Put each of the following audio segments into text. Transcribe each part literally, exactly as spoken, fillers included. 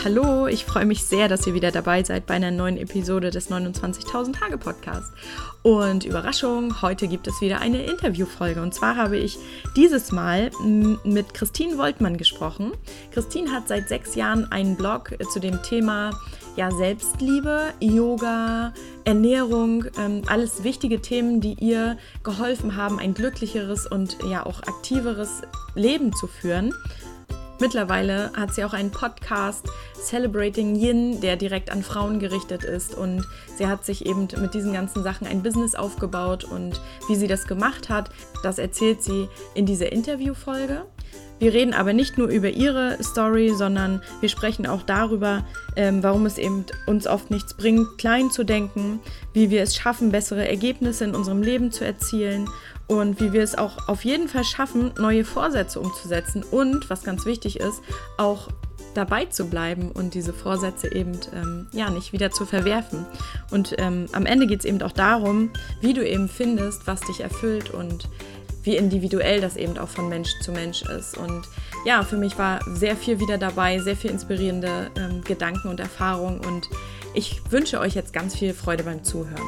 Hallo, ich freue mich sehr, dass ihr wieder dabei seid bei einer neuen Episode des neunundzwanzigtausend Tage Podcast. Und Überraschung, heute gibt es wieder eine Interviewfolge. Und zwar habe ich dieses Mal mit Christine Woltmann gesprochen. Christine hat seit sechs Jahren einen Blog zu dem Thema ja, Selbstliebe, Yoga, Ernährung, ähm, alles wichtige Themen, die ihr geholfen haben, ein glücklicheres und ja auch aktiveres Leben zu führen. Mittlerweile hat sie auch einen Podcast, Celebrating Yin, der direkt an Frauen gerichtet ist, und sie hat sich eben mit diesen ganzen Sachen ein Business aufgebaut, und wie sie das gemacht hat, das erzählt sie in dieser Interviewfolge. Wir reden aber nicht nur über ihre Story, sondern wir sprechen auch darüber, ähm, warum es eben uns oft nichts bringt, klein zu denken, wie wir es schaffen, bessere Ergebnisse in unserem Leben zu erzielen und wie wir es auch auf jeden Fall schaffen, neue Vorsätze umzusetzen und, was ganz wichtig ist, auch dabei zu bleiben und diese Vorsätze eben ähm, ja, nicht wieder zu verwerfen. Und ähm, am Ende geht es eben auch darum, wie du eben findest, was dich erfüllt und wie individuell das eben auch von Mensch zu Mensch ist. Und ja, für mich war sehr viel wieder dabei, sehr viel inspirierende ähm, Gedanken und Erfahrungen, und ich wünsche euch jetzt ganz viel Freude beim Zuhören.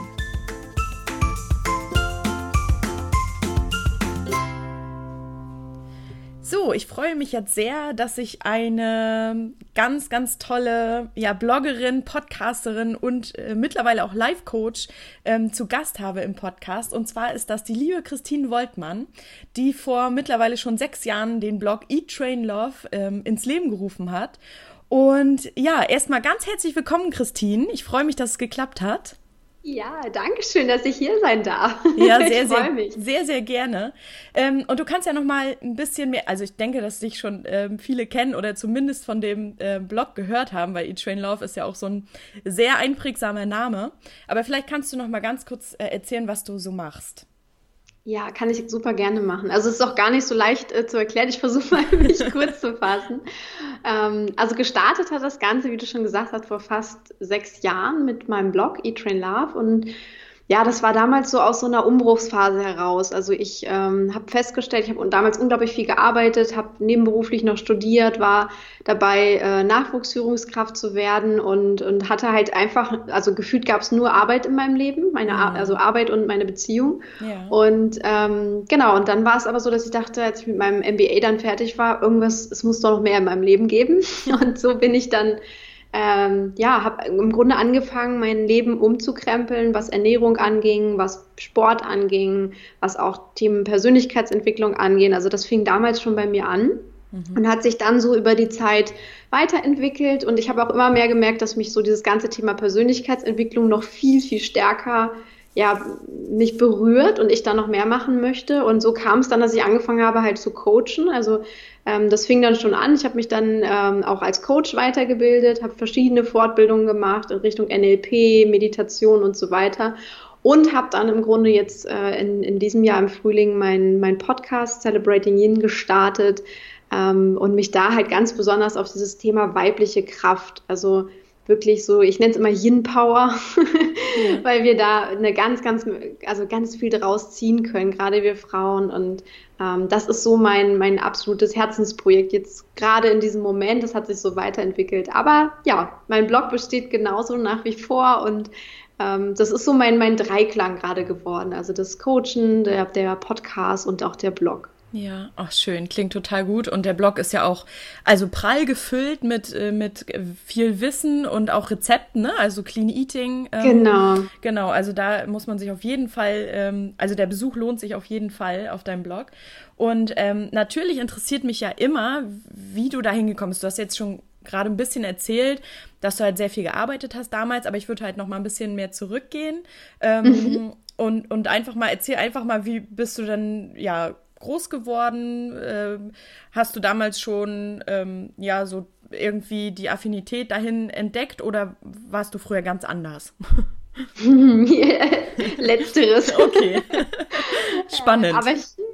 So, ich freue mich jetzt sehr, dass ich eine ganz, ganz tolle ja, Bloggerin, Podcasterin und äh, mittlerweile auch Life-Coach ähm, zu Gast habe im Podcast. Und zwar ist das die liebe Christine Woltmann, die vor mittlerweile schon sechs Jahren den Blog Eat, Train, Love ähm, ins Leben gerufen hat. Und ja, erstmal ganz herzlich willkommen, Christine. Ich freue mich, dass es geklappt hat. Ja, danke schön, dass ich hier sein darf. Ja, sehr, ich sehr, freue mich. sehr, sehr gerne. Ähm, und du kannst ja noch mal ein bisschen mehr, also ich denke, dass dich schon ähm, viele kennen oder zumindest von dem äh, Blog gehört haben, weil Eat, Train, Love ist ja auch so ein sehr einprägsamer Name. Aber vielleicht kannst du noch mal ganz kurz äh, erzählen, was du so machst. Ja, kann ich super gerne machen. Also es ist auch gar nicht so leicht äh, zu erklären. Ich versuche mal, mich kurz zu fassen. Ähm, also gestartet hat das Ganze, wie du schon gesagt hast, vor fast sechs Jahren mit meinem Blog Eat, Train, Love. Und ja, das war damals so aus so einer Umbruchsphase heraus. Also ich ähm, habe festgestellt, ich habe damals unglaublich viel gearbeitet, habe nebenberuflich noch studiert, war dabei, äh, Nachwuchsführungskraft zu werden und, und hatte halt einfach, also gefühlt gab es nur Arbeit in meinem Leben, meine Ar- also Arbeit und meine Beziehung. Ja. Und ähm, genau, und dann war es aber so, dass ich dachte, als ich mit meinem M B A dann fertig war, irgendwas, es muss doch noch mehr in meinem Leben geben. Und so bin ich dann Ähm, ja, habe im Grunde angefangen, mein Leben umzukrempeln, was Ernährung anging, was Sport anging, was auch Themen Persönlichkeitsentwicklung angehen. Also das fing damals schon bei mir an mhm. und hat sich dann so über die Zeit weiterentwickelt. Und ich habe auch immer mehr gemerkt, dass mich so dieses ganze Thema Persönlichkeitsentwicklung noch viel, viel stärker ja, mich berührt und ich da noch mehr machen möchte. Und so kam es dann, dass ich angefangen habe, halt zu coachen. Also ähm, das fing dann schon an. Ich habe mich dann ähm, auch als Coach weitergebildet, habe verschiedene Fortbildungen gemacht in Richtung N L P, Meditation und so weiter. Und habe dann im Grunde jetzt äh, in, in diesem Jahr im Frühling meinen mein Podcast Celebrating Yin gestartet ähm, und mich da halt ganz besonders auf dieses Thema weibliche Kraft, also wirklich so, ich nenne es immer Yin-Power, ja. weil wir da eine ganz, ganz, also ganz viel draus ziehen können, gerade wir Frauen. Und ähm, das ist so mein, mein absolutes Herzensprojekt jetzt gerade in diesem Moment. Das hat sich so weiterentwickelt. Aber ja, mein Blog besteht genauso nach wie vor, und ähm, das ist so mein, mein Dreiklang gerade geworden. Also das Coachen, der, der Podcast und auch der Blog. Ja, ach schön, klingt total gut, und der Blog ist ja auch also prall gefüllt mit äh, mit viel Wissen und auch Rezepten, ne? Also Clean Eating. Ähm, genau. Genau, also da muss man sich auf jeden Fall, ähm, also der Besuch lohnt sich auf jeden Fall auf deinem Blog. Und ähm, natürlich interessiert mich ja immer, wie du da hingekommen bist. Du hast jetzt schon gerade ein bisschen erzählt, dass du halt sehr viel gearbeitet hast damals, aber ich würde halt noch mal ein bisschen mehr zurückgehen ähm, mhm. und und einfach mal erzähl einfach mal, wie bist du dann ja groß geworden? Ähm, hast du damals schon ähm, ja so irgendwie die Affinität dahin entdeckt, oder warst du früher ganz anders? Letzteres. Okay. Spannend. Aber ich,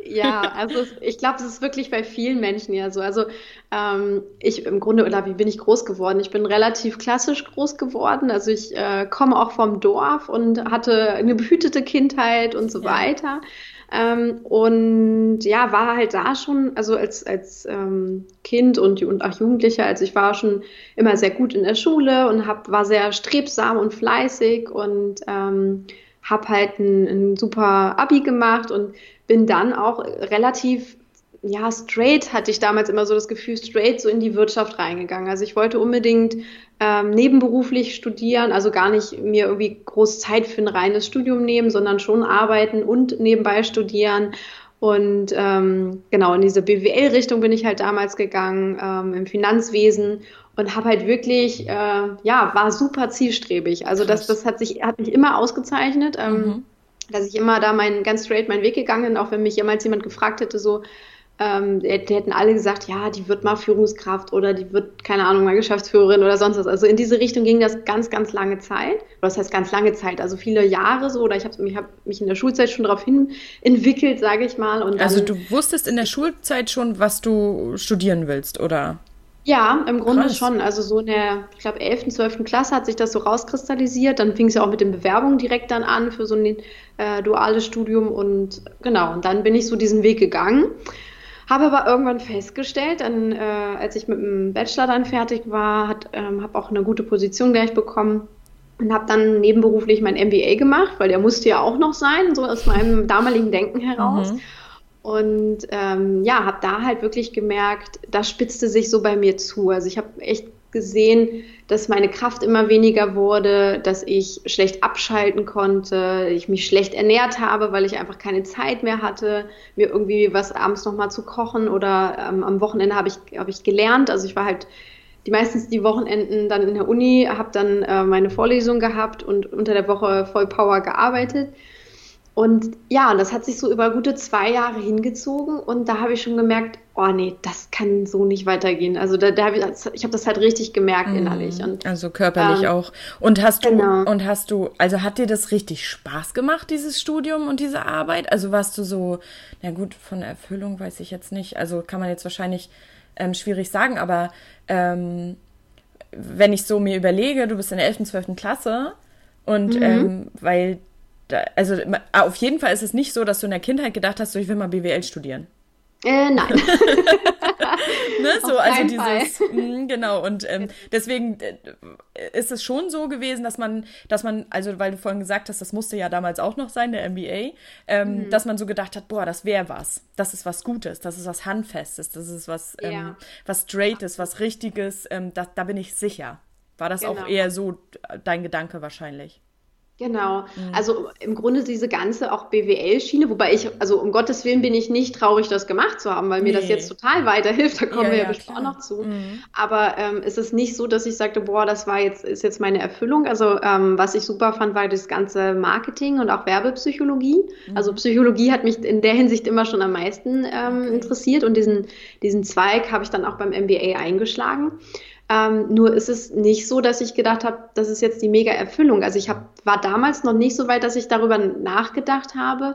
Ja, also es, ich glaube, es ist wirklich bei vielen Menschen ja so. Also ähm, ich im Grunde, oder wie bin ich groß geworden? Ich bin relativ klassisch groß geworden. Also ich äh, komme auch vom Dorf und hatte eine behütete Kindheit und so Ja. weiter. Ähm, und ja, war halt da schon, also als, als ähm, Kind und, und auch Jugendlicher, also ich war schon immer sehr gut in der Schule und hab, war sehr strebsam und fleißig und ähm, habe halt ein, ein super Abi gemacht und bin dann auch relativ, ja, straight, hatte ich damals immer so das Gefühl, straight so in die Wirtschaft reingegangen. Also ich wollte unbedingt ähm, nebenberuflich studieren, also gar nicht mir irgendwie groß Zeit für ein reines Studium nehmen, sondern schon arbeiten und nebenbei studieren. Und ähm, genau, in diese B W L-Richtung bin ich halt damals gegangen, ähm, im Finanzwesen und habe halt wirklich, äh, ja, war super zielstrebig. Also das, Krass. das hat sich, hat mich immer ausgezeichnet. Ähm, Mhm. dass ich immer da mein, ganz straight meinen Weg gegangen bin, auch wenn mich jemals jemand gefragt hätte, so, ähm, die, die hätten alle gesagt, ja, die wird mal Führungskraft oder die wird, keine Ahnung, mal Geschäftsführerin oder sonst was. Also in diese Richtung ging das ganz, ganz lange Zeit. Oder das heißt ganz lange Zeit, also viele Jahre so, oder ich habe ich hab mich in der Schulzeit schon darauf hin entwickelt, sage ich mal. Und Also dann, du wusstest in der Schulzeit schon, was du studieren willst, oder? ja, im Grunde Krass. schon. Also so in der, ich glaube, elften, zwölften Klasse hat sich das so rauskristallisiert. Dann fing es ja auch mit den Bewerbungen direkt dann an für so ein äh, duales Studium. Und genau, und dann bin ich so diesen Weg gegangen. Habe aber irgendwann festgestellt, dann, äh, als ich mit dem Bachelor dann fertig war, hat, ähm, habe auch eine gute Position gleich bekommen und habe dann nebenberuflich mein M B A gemacht, weil der musste ja auch noch sein, so aus meinem damaligen Denken heraus. Mhm. Und ähm, ja, habe da halt wirklich gemerkt, das spitzte sich so bei mir zu. Also ich habe echt gesehen, dass meine Kraft immer weniger wurde, dass ich schlecht abschalten konnte, ich mich schlecht ernährt habe, weil ich einfach keine Zeit mehr hatte, mir irgendwie was abends nochmal zu kochen oder ähm, am Wochenende habe ich, hab ich gelernt. Also ich war halt die meistens die Wochenenden dann in der Uni, habe dann äh, meine Vorlesung gehabt und unter der Woche voll Power gearbeitet. Und ja, und das hat sich so über gute zwei Jahre hingezogen und da habe ich schon gemerkt, oh nee, das kann so nicht weitergehen. Also da, da hab ich, ich habe das halt richtig gemerkt innerlich. Und Also körperlich ähm, auch. Und hast du, genau. und hast du, also hat dir das richtig Spaß gemacht, dieses Studium und diese Arbeit? Also warst du so, na gut, von Erfüllung weiß ich jetzt nicht. Also kann man jetzt wahrscheinlich ähm, schwierig sagen, aber ähm, wenn ich so mir überlege, du bist in der elften, zwölften Klasse und Mhm. ähm, weil, da, also auf jeden Fall ist es nicht so, dass du in der Kindheit gedacht hast, so, ich will mal B W L studieren. Äh, nein, Ne, so, auf also keinen Fall. dieses, mh, genau, und ähm, deswegen äh, ist es schon so gewesen, dass man, dass man, also weil du vorhin gesagt hast, das musste ja damals auch noch sein, der M B A, ähm, Mhm. dass man so gedacht hat, boah, das wäre was, das ist was Gutes, das ist was Handfestes, das ist was, ähm, Ja, was Straightes, was Richtiges, ähm, da, da bin ich sicher. War das auch genau. eher so dein Gedanke wahrscheinlich? Genau, also im Grunde diese ganze auch B W L-Schiene, wobei ich, also um Gottes Willen bin ich nicht traurig, das gemacht zu haben, weil mir das jetzt Nee. total weiterhilft, da kommen Ja, wir ja ja, bestimmt auch klar. noch zu. Mhm. Aber ähm, es ist nicht so, dass ich sagte, boah, das war jetzt, ist jetzt meine Erfüllung. Also ähm, was ich super fand, war das ganze Marketing und auch Werbepsychologie. Also Mhm. Psychologie hat mich in der Hinsicht immer schon am meisten ähm, Okay. interessiert und diesen, diesen Zweig habe ich dann auch beim M B A eingeschlagen. Ähm, nur ist es nicht so, dass ich gedacht habe, das ist jetzt die mega Erfüllung. Also ich hab, war damals noch nicht so weit, dass ich darüber nachgedacht habe,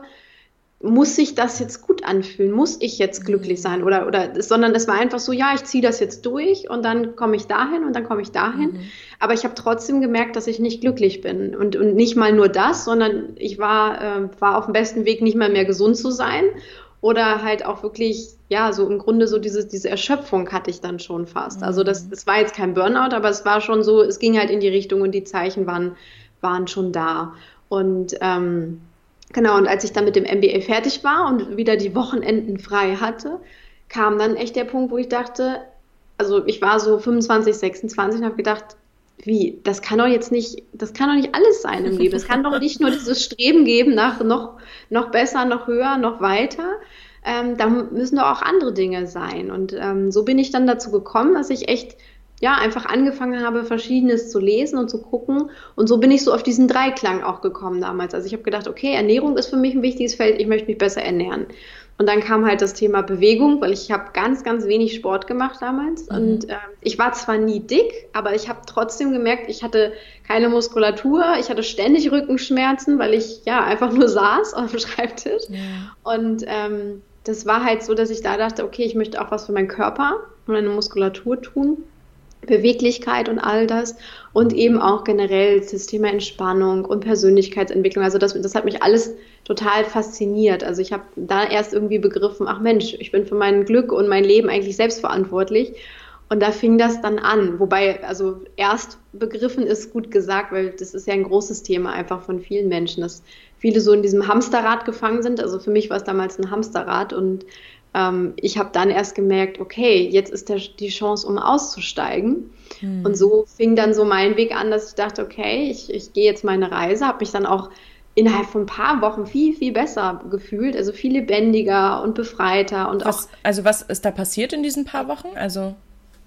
muss sich das jetzt gut anfühlen? Muss ich jetzt glücklich sein? Oder, oder, sondern es war einfach so, ja, ich ziehe das jetzt durch und dann komme ich dahin und dann komme ich dahin. Mhm. Aber ich habe trotzdem gemerkt, dass ich nicht glücklich bin. Und, und nicht mal nur das, sondern ich war, äh, war auf dem besten Weg, nicht mal mehr gesund zu sein. Oder halt auch wirklich, ja, so im Grunde so diese, diese Erschöpfung hatte ich dann schon fast. Also das, Mhm. das war jetzt kein Burnout, aber es war schon so, es ging halt in die Richtung und die Zeichen waren, waren schon da. Und ähm, genau, und als ich dann mit dem M B A fertig war und wieder die Wochenenden frei hatte, kam dann echt der Punkt, wo ich dachte, also ich war so fünfundzwanzig, sechsundzwanzig und habe gedacht, wie, das kann doch jetzt nicht, das kann doch nicht alles sein im Leben. Es kann doch nicht nur dieses Streben geben nach noch, noch besser, noch höher, noch weiter. Ähm, da müssen doch auch andere Dinge sein. Und ähm, so bin ich dann dazu gekommen, dass ich echt ja, einfach angefangen habe, Verschiedenes zu lesen und zu gucken. Und so bin ich so auf diesen Dreiklang auch gekommen damals. Also ich habe gedacht, okay, Ernährung ist für mich ein wichtiges Feld, ich möchte mich besser ernähren. Und dann kam halt das Thema Bewegung, weil ich habe ganz, ganz wenig Sport gemacht damals. Mhm. Und ähm, ich war zwar nie dick, aber ich habe trotzdem gemerkt, ich hatte keine Muskulatur, ich hatte ständig Rückenschmerzen, weil ich ja einfach nur saß auf dem Schreibtisch. Ja. Und ähm, das war halt so, dass ich da dachte, okay, ich möchte auch was für meinen Körper und meine Muskulatur tun. Beweglichkeit und all das und eben auch generell das Thema Entspannung und Persönlichkeitsentwicklung. Also das, das hat mich alles total fasziniert. Also ich habe da erst irgendwie begriffen, ach Mensch, ich bin für mein Glück und mein Leben eigentlich selbst verantwortlich. Und da fing das dann an. Wobei, also erst begriffen ist gut gesagt, weil das ist ja ein großes Thema einfach von vielen Menschen, dass viele so in diesem Hamsterrad gefangen sind. Also für mich war es damals ein Hamsterrad und ich habe dann erst gemerkt, okay, jetzt ist der, die Chance, um auszusteigen. Hm. Und so fing dann so mein Weg an, dass ich dachte, okay, ich, ich gehe jetzt meine Reise, habe mich dann auch innerhalb von ein paar Wochen viel, viel besser gefühlt, also viel lebendiger und befreiter. Und was, auch, also was ist da passiert in diesen paar Wochen? Also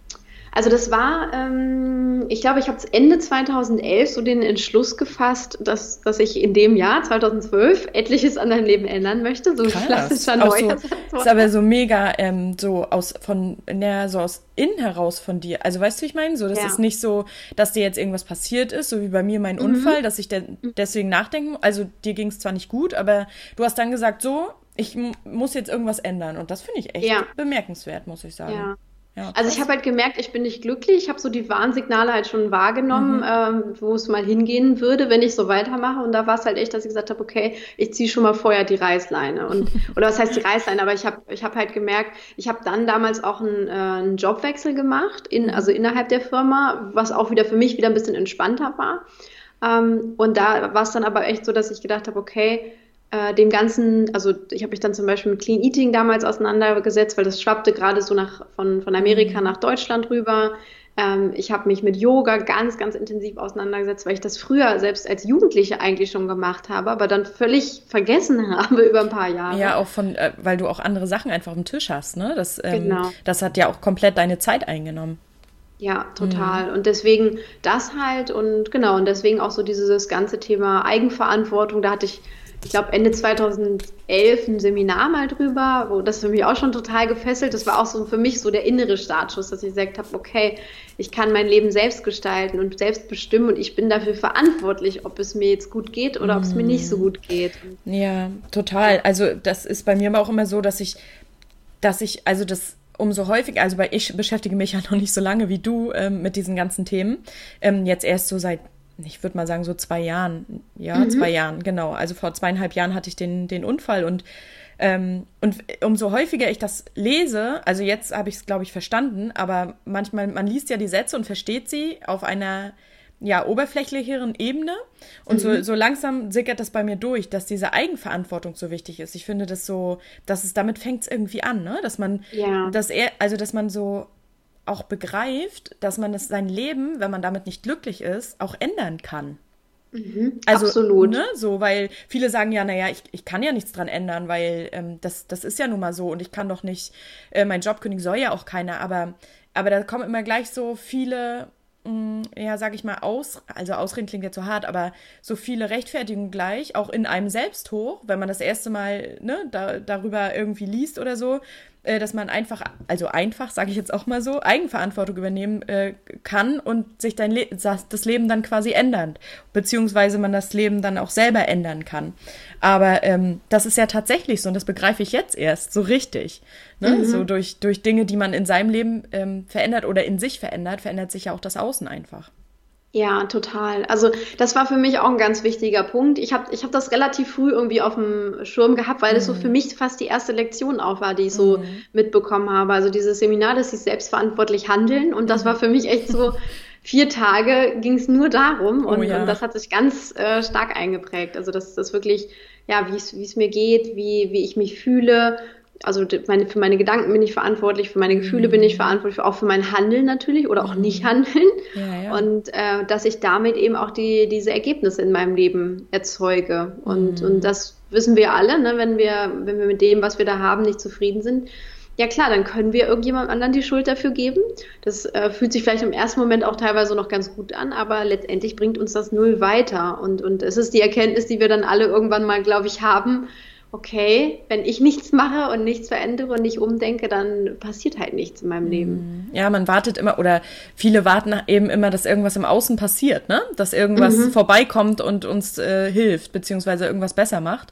Also das war, ähm, ich glaube, ich habe Ende zweitausendelf so den Entschluss gefasst, dass, dass ich in dem Jahr, zweitausendzwölf, etliches an deinem Leben ändern möchte. So krass. Klassischer Neujahrsvorsatz. So, ist aber so mega ähm, so aus von na, so aus innen heraus von dir. Also weißt du, wie ich meine? So, das ja. ist nicht so, dass dir jetzt irgendwas passiert ist, so wie bei mir mein mhm. Unfall, dass ich de- deswegen nachdenken muss. Also dir ging es zwar nicht gut, aber du hast dann gesagt, so, ich m- muss jetzt irgendwas ändern. Und das finde ich echt ja. bemerkenswert, muss ich sagen. Ja. Ja, also ich habe halt gemerkt, ich bin nicht glücklich. Ich habe so die Warnsignale halt schon wahrgenommen, mhm. ähm, wo es mal hingehen würde, wenn ich so weitermache. Und da war es halt echt, dass ich gesagt habe, okay, ich ziehe schon mal vorher die Reißleine. Und, oder was heißt die Reißleine? Aber ich habe ich hab halt gemerkt, ich habe dann damals auch einen, äh, einen Jobwechsel gemacht, in, also innerhalb der Firma, was auch wieder für mich wieder ein bisschen entspannter war. Ähm, und da war es dann aber echt so, dass ich gedacht habe, okay, Äh, dem Ganzen, also ich habe mich dann zum Beispiel mit Clean Eating damals auseinandergesetzt, weil das schwappte gerade so nach, von, von Amerika nach Deutschland rüber. Ähm, ich habe mich mit Yoga ganz, ganz intensiv auseinandergesetzt, weil ich das früher selbst als Jugendliche eigentlich schon gemacht habe, aber dann völlig vergessen habe über ein paar Jahre. Ja, auch von, äh, weil du auch andere Sachen einfach auf dem Tisch hast, ne? Das, ähm, genau. das hat ja auch komplett deine Zeit eingenommen. Ja, total. Mhm. Und deswegen das halt und genau, und deswegen auch so dieses ganze Thema Eigenverantwortung, da hatte ich ich glaube, Ende zweitausendelf ein Seminar mal drüber, wo das für mich auch schon total gefesselt. Das war auch so für mich so der innere Startschuss, dass ich gesagt habe, okay, ich kann mein Leben selbst gestalten und selbst bestimmen und ich bin dafür verantwortlich, ob es mir jetzt gut geht oder ob es mir nicht so gut geht. Ja, total. Also das ist bei mir aber auch immer so, dass ich, dass ich, also das umso häufiger, also weil ich beschäftige mich ja noch nicht so lange wie du ähm, mit diesen ganzen Themen, ähm, jetzt erst so seit ich würde mal sagen, so zwei Jahren, ja, mhm. zwei Jahren, genau. Also vor zweieinhalb Jahren hatte ich den, den Unfall und, ähm, und umso häufiger ich das lese, also jetzt habe ich es, glaube ich, verstanden, aber manchmal, man liest ja die Sätze und versteht sie auf einer, ja, oberflächlicheren Ebene und mhm. so, so langsam sickert das bei mir durch, dass diese Eigenverantwortung so wichtig ist. Ich finde das so, dass es, damit fängt es irgendwie an, ne, dass man, ja. dass er, also dass man so auch begreift, dass man es sein Leben, wenn man damit nicht glücklich ist, auch ändern kann. Mhm, also, absolut. Ne, so, weil viele sagen ja, naja, ich, ich kann ja nichts dran ändern, weil ähm, das, das ist ja nun mal so und ich kann doch nicht, äh, meinen Job kündigen soll ja auch keiner, aber, aber da kommen immer gleich so viele, mh, ja, sag ich mal, aus, also Ausreden klingt jetzt so hart, aber so viele Rechtfertigungen gleich, auch in einem selbst hoch, wenn man das erste Mal ne, da, darüber irgendwie liest oder so, dass man einfach, also einfach, sage ich jetzt auch mal so, Eigenverantwortung übernehmen äh, kann und sich dein Le- das Leben dann quasi ändern, beziehungsweise man das Leben dann auch selber ändern kann. Aber ähm, das ist ja tatsächlich so und das begreife ich jetzt erst so richtig. Ne? Mhm. So durch, durch Dinge, die man in seinem Leben ähm, verändert oder in sich verändert, verändert sich ja auch das Außen einfach. Ja, total. Also das war für mich auch ein ganz wichtiger Punkt. Ich habe ich hab das relativ früh irgendwie auf dem Schirm gehabt, weil das mhm. so für mich fast die erste Lektion auch war, die ich so mhm. mitbekommen habe. Also dieses Seminar, dass sie selbstverantwortlich handeln und das war für mich echt so, vier Tage ging es nur darum und, oh, ja. und das hat sich ganz äh, stark eingeprägt. Also das ist wirklich, ja, wie es wie es mir geht, wie, wie ich mich fühle. Also meine, für meine Gedanken bin ich verantwortlich, für meine Gefühle bin ich verantwortlich, auch für mein Handeln natürlich oder auch Nicht-Handeln. Ja, ja. Und äh, dass ich damit eben auch die, diese Ergebnisse in meinem Leben erzeuge. Und, mhm. und das wissen wir alle, ne? wenn wir, wenn wir mit dem, was wir da haben, nicht zufrieden sind. Ja klar, dann können wir irgendjemand anderen die Schuld dafür geben. Das äh, fühlt sich vielleicht im ersten Moment auch teilweise noch ganz gut an, aber letztendlich bringt uns das null weiter. Und, und es ist die Erkenntnis, die wir dann alle irgendwann mal, glaube ich, haben, okay, wenn ich nichts mache und nichts verändere und nicht umdenke, dann passiert halt nichts in meinem Leben. Ja, man wartet immer, oder viele warten eben immer, dass irgendwas im Außen passiert, ne? Dass irgendwas mhm. vorbeikommt und uns äh, hilft, beziehungsweise irgendwas besser macht.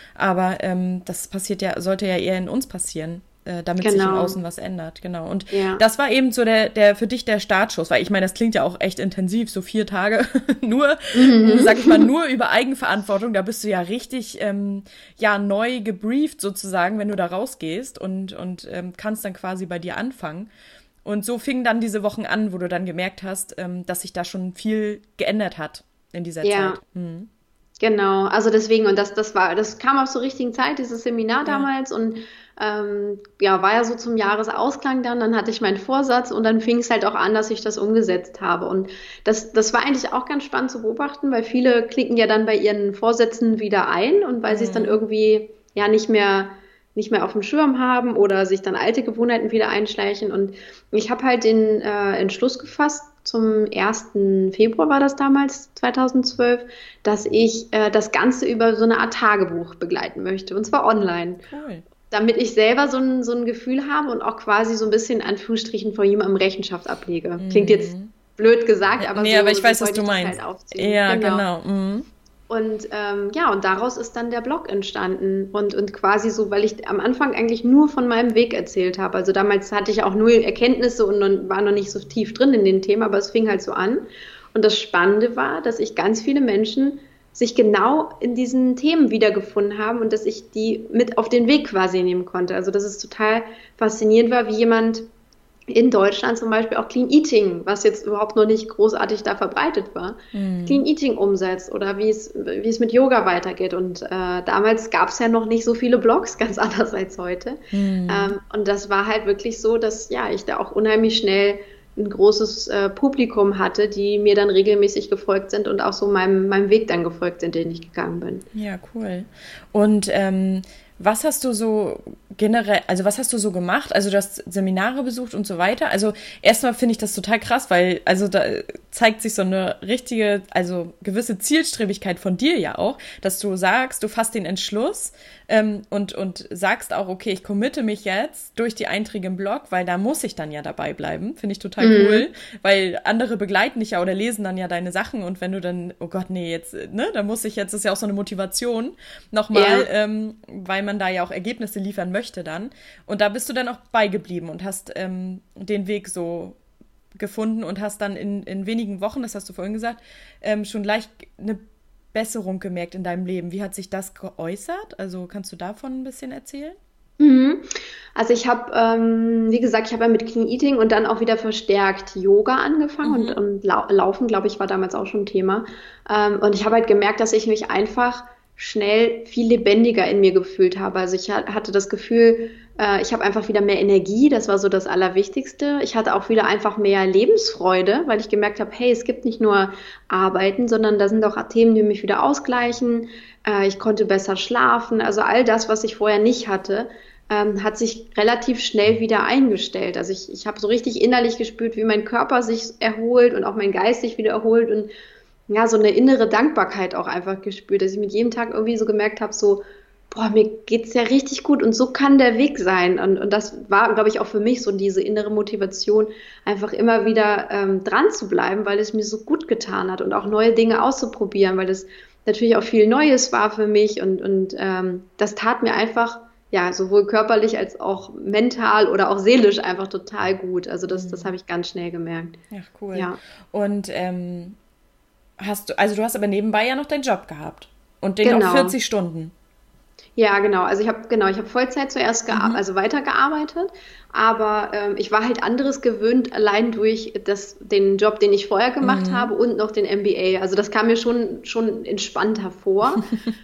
aber ähm, das passiert ja, sollte ja eher in uns passieren. Damit genau. sich im Außen was ändert, genau. Und ja. das war eben so der, der für dich der Startschuss, weil ich meine, das klingt ja auch echt intensiv, so vier Tage nur, mhm. sag ich mal, nur über Eigenverantwortung, da bist du ja richtig, ähm, ja, neu gebrieft sozusagen, wenn du da rausgehst und, und ähm, kannst dann quasi bei dir anfangen. Und so fingen dann diese Wochen an, wo du dann gemerkt hast, ähm, dass sich da schon viel geändert hat in dieser ja. Zeit. Mhm. Genau, also deswegen, und das, das war, das kam auch zur richtigen Zeit, dieses Seminar ja. damals und ähm, ja, war ja so zum Jahresausklang dann, dann hatte ich meinen Vorsatz und dann fing es halt auch an, dass ich das umgesetzt habe und das, das war eigentlich auch ganz spannend zu beobachten, weil viele klicken ja dann bei ihren Vorsätzen wieder ein und weil mhm. sie es dann irgendwie ja nicht mehr nicht mehr auf dem Schirm haben oder sich dann alte Gewohnheiten wieder einschleichen und ich habe halt den äh, Entschluss gefasst, zum ersten Februar war das damals, zweitausendzwölf, dass ich äh, das Ganze über so eine Art Tagebuch begleiten möchte, und zwar online. Cool. Damit ich selber so ein, so ein Gefühl habe und auch quasi so ein bisschen in Anführungsstrichen vor jemandem Rechenschaft ablege. Mhm. Klingt jetzt blöd gesagt, aber nee, so, aber ich weiß, so was du meinst. Halt ja, genau. genau. Mhm. Und ähm, ja, und daraus ist dann der Blog entstanden und, und quasi so, weil ich am Anfang eigentlich nur von meinem Weg erzählt habe. Also damals hatte ich auch null Erkenntnisse und war noch nicht so tief drin in den Themen, aber es fing halt so an. Und das Spannende war, dass ich ganz viele Menschen sich genau in diesen Themen wiedergefunden haben und dass ich die mit auf den Weg quasi nehmen konnte. Also dass es total faszinierend war, wie jemand in Deutschland zum Beispiel auch Clean Eating, was jetzt überhaupt noch nicht großartig da verbreitet war, mhm. Clean Eating umsetzt oder wie es, wie es mit Yoga weitergeht. Und äh, damals gab es ja noch nicht so viele Blogs, ganz anders als heute. Mhm. Ähm, und das war halt wirklich so, dass ja ich da auch unheimlich schnell ein großes äh, Publikum hatte, die mir dann regelmäßig gefolgt sind und auch so meinem, meinem Weg dann gefolgt sind, den ich gegangen bin. Ja, cool. Und ähm, was hast du so generell, also was hast du so gemacht? Also du hast Seminare besucht und so weiter. Also erstmal finde ich das total krass, weil also da zeigt sich so eine richtige, also gewisse Zielstrebigkeit von dir ja auch, dass du sagst, du fasst den Entschluss ähm, und, und sagst auch, okay, ich committe mich jetzt durch die Einträge im Blog, weil da muss ich dann ja dabei bleiben. Finde ich total mhm. cool, weil andere begleiten dich ja oder lesen dann ja deine Sachen und wenn du dann, oh Gott, nee, jetzt, ne, da muss ich jetzt, das ist ja auch so eine Motivation nochmal, ja. ähm, weil man da ja auch Ergebnisse liefern möchte dann. Und da bist du dann auch beigeblieben und hast ähm, den Weg so gefunden und hast dann in, in wenigen Wochen, das hast du vorhin gesagt, ähm, schon gleich eine Besserung gemerkt in deinem Leben. Wie hat sich das geäußert? Also kannst du davon ein bisschen erzählen? Mhm. Also ich habe, ähm, wie gesagt, ich habe ja mit Clean Eating und dann auch wieder verstärkt Yoga angefangen mhm. und, und lau- Laufen, glaube ich, war damals auch schon Thema. Ähm, und ich habe halt gemerkt, dass ich mich einfach schnell viel lebendiger in mir gefühlt habe. Also ich hatte das Gefühl, äh, ich habe einfach wieder mehr Energie, das war so das Allerwichtigste. Ich hatte auch wieder einfach mehr Lebensfreude, weil ich gemerkt habe, hey, es gibt nicht nur Arbeiten, sondern da sind auch Themen, die mich wieder ausgleichen. Äh, ich konnte besser schlafen, also all das, was ich vorher nicht hatte, ähm, hat sich relativ schnell wieder eingestellt. Also ich, ich habe so richtig innerlich gespürt, wie mein Körper sich erholt und auch mein Geist sich wieder erholt und ja, so eine innere Dankbarkeit auch einfach gespürt, dass ich mit jedem Tag irgendwie so gemerkt habe, so, boah, mir geht's ja richtig gut und so kann der Weg sein. Und, und das war, glaube ich, auch für mich so diese innere Motivation, einfach immer wieder ähm, dran zu bleiben, weil es mir so gut getan hat und auch neue Dinge auszuprobieren, weil das natürlich auch viel Neues war für mich und, und ähm, das tat mir einfach, ja, sowohl körperlich als auch mental oder auch seelisch einfach total gut. Also das, das habe ich ganz schnell gemerkt. Ja, cool. Ja. Und ähm hast du, also du hast aber nebenbei ja noch deinen Job gehabt und den genau. auf vierzig Stunden. Ja, genau. Also ich habe genau, ich habe Vollzeit zuerst gea- mhm. also weitergearbeitet, aber ähm, ich war halt anderes gewöhnt, allein durch das, den Job, den ich vorher gemacht mhm. habe und noch den M B A. Also das kam mir schon, schon entspannter vor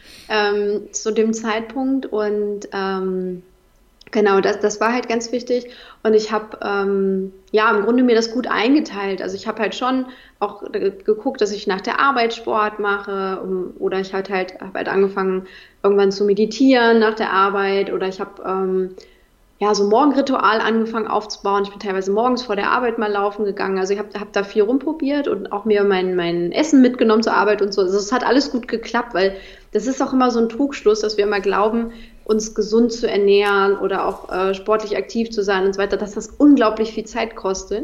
ähm, zu dem Zeitpunkt und ähm, genau, das, das war halt ganz wichtig und ich habe ähm, ja im Grunde mir das gut eingeteilt. Also ich habe halt schon auch geguckt, dass ich nach der Arbeit Sport mache um, oder ich halt halt habe halt angefangen irgendwann zu meditieren nach der Arbeit oder ich habe ähm, ja so ein Morgenritual angefangen aufzubauen. Ich bin teilweise morgens vor der Arbeit mal laufen gegangen. Also ich habe hab da viel rumprobiert und auch mir mein, mein Essen mitgenommen zur Arbeit und so. Also es hat alles gut geklappt, weil das ist auch immer so ein Trugschluss, dass wir immer glauben, uns gesund zu ernähren oder auch äh, sportlich aktiv zu sein und so weiter, dass das unglaublich viel Zeit kostet.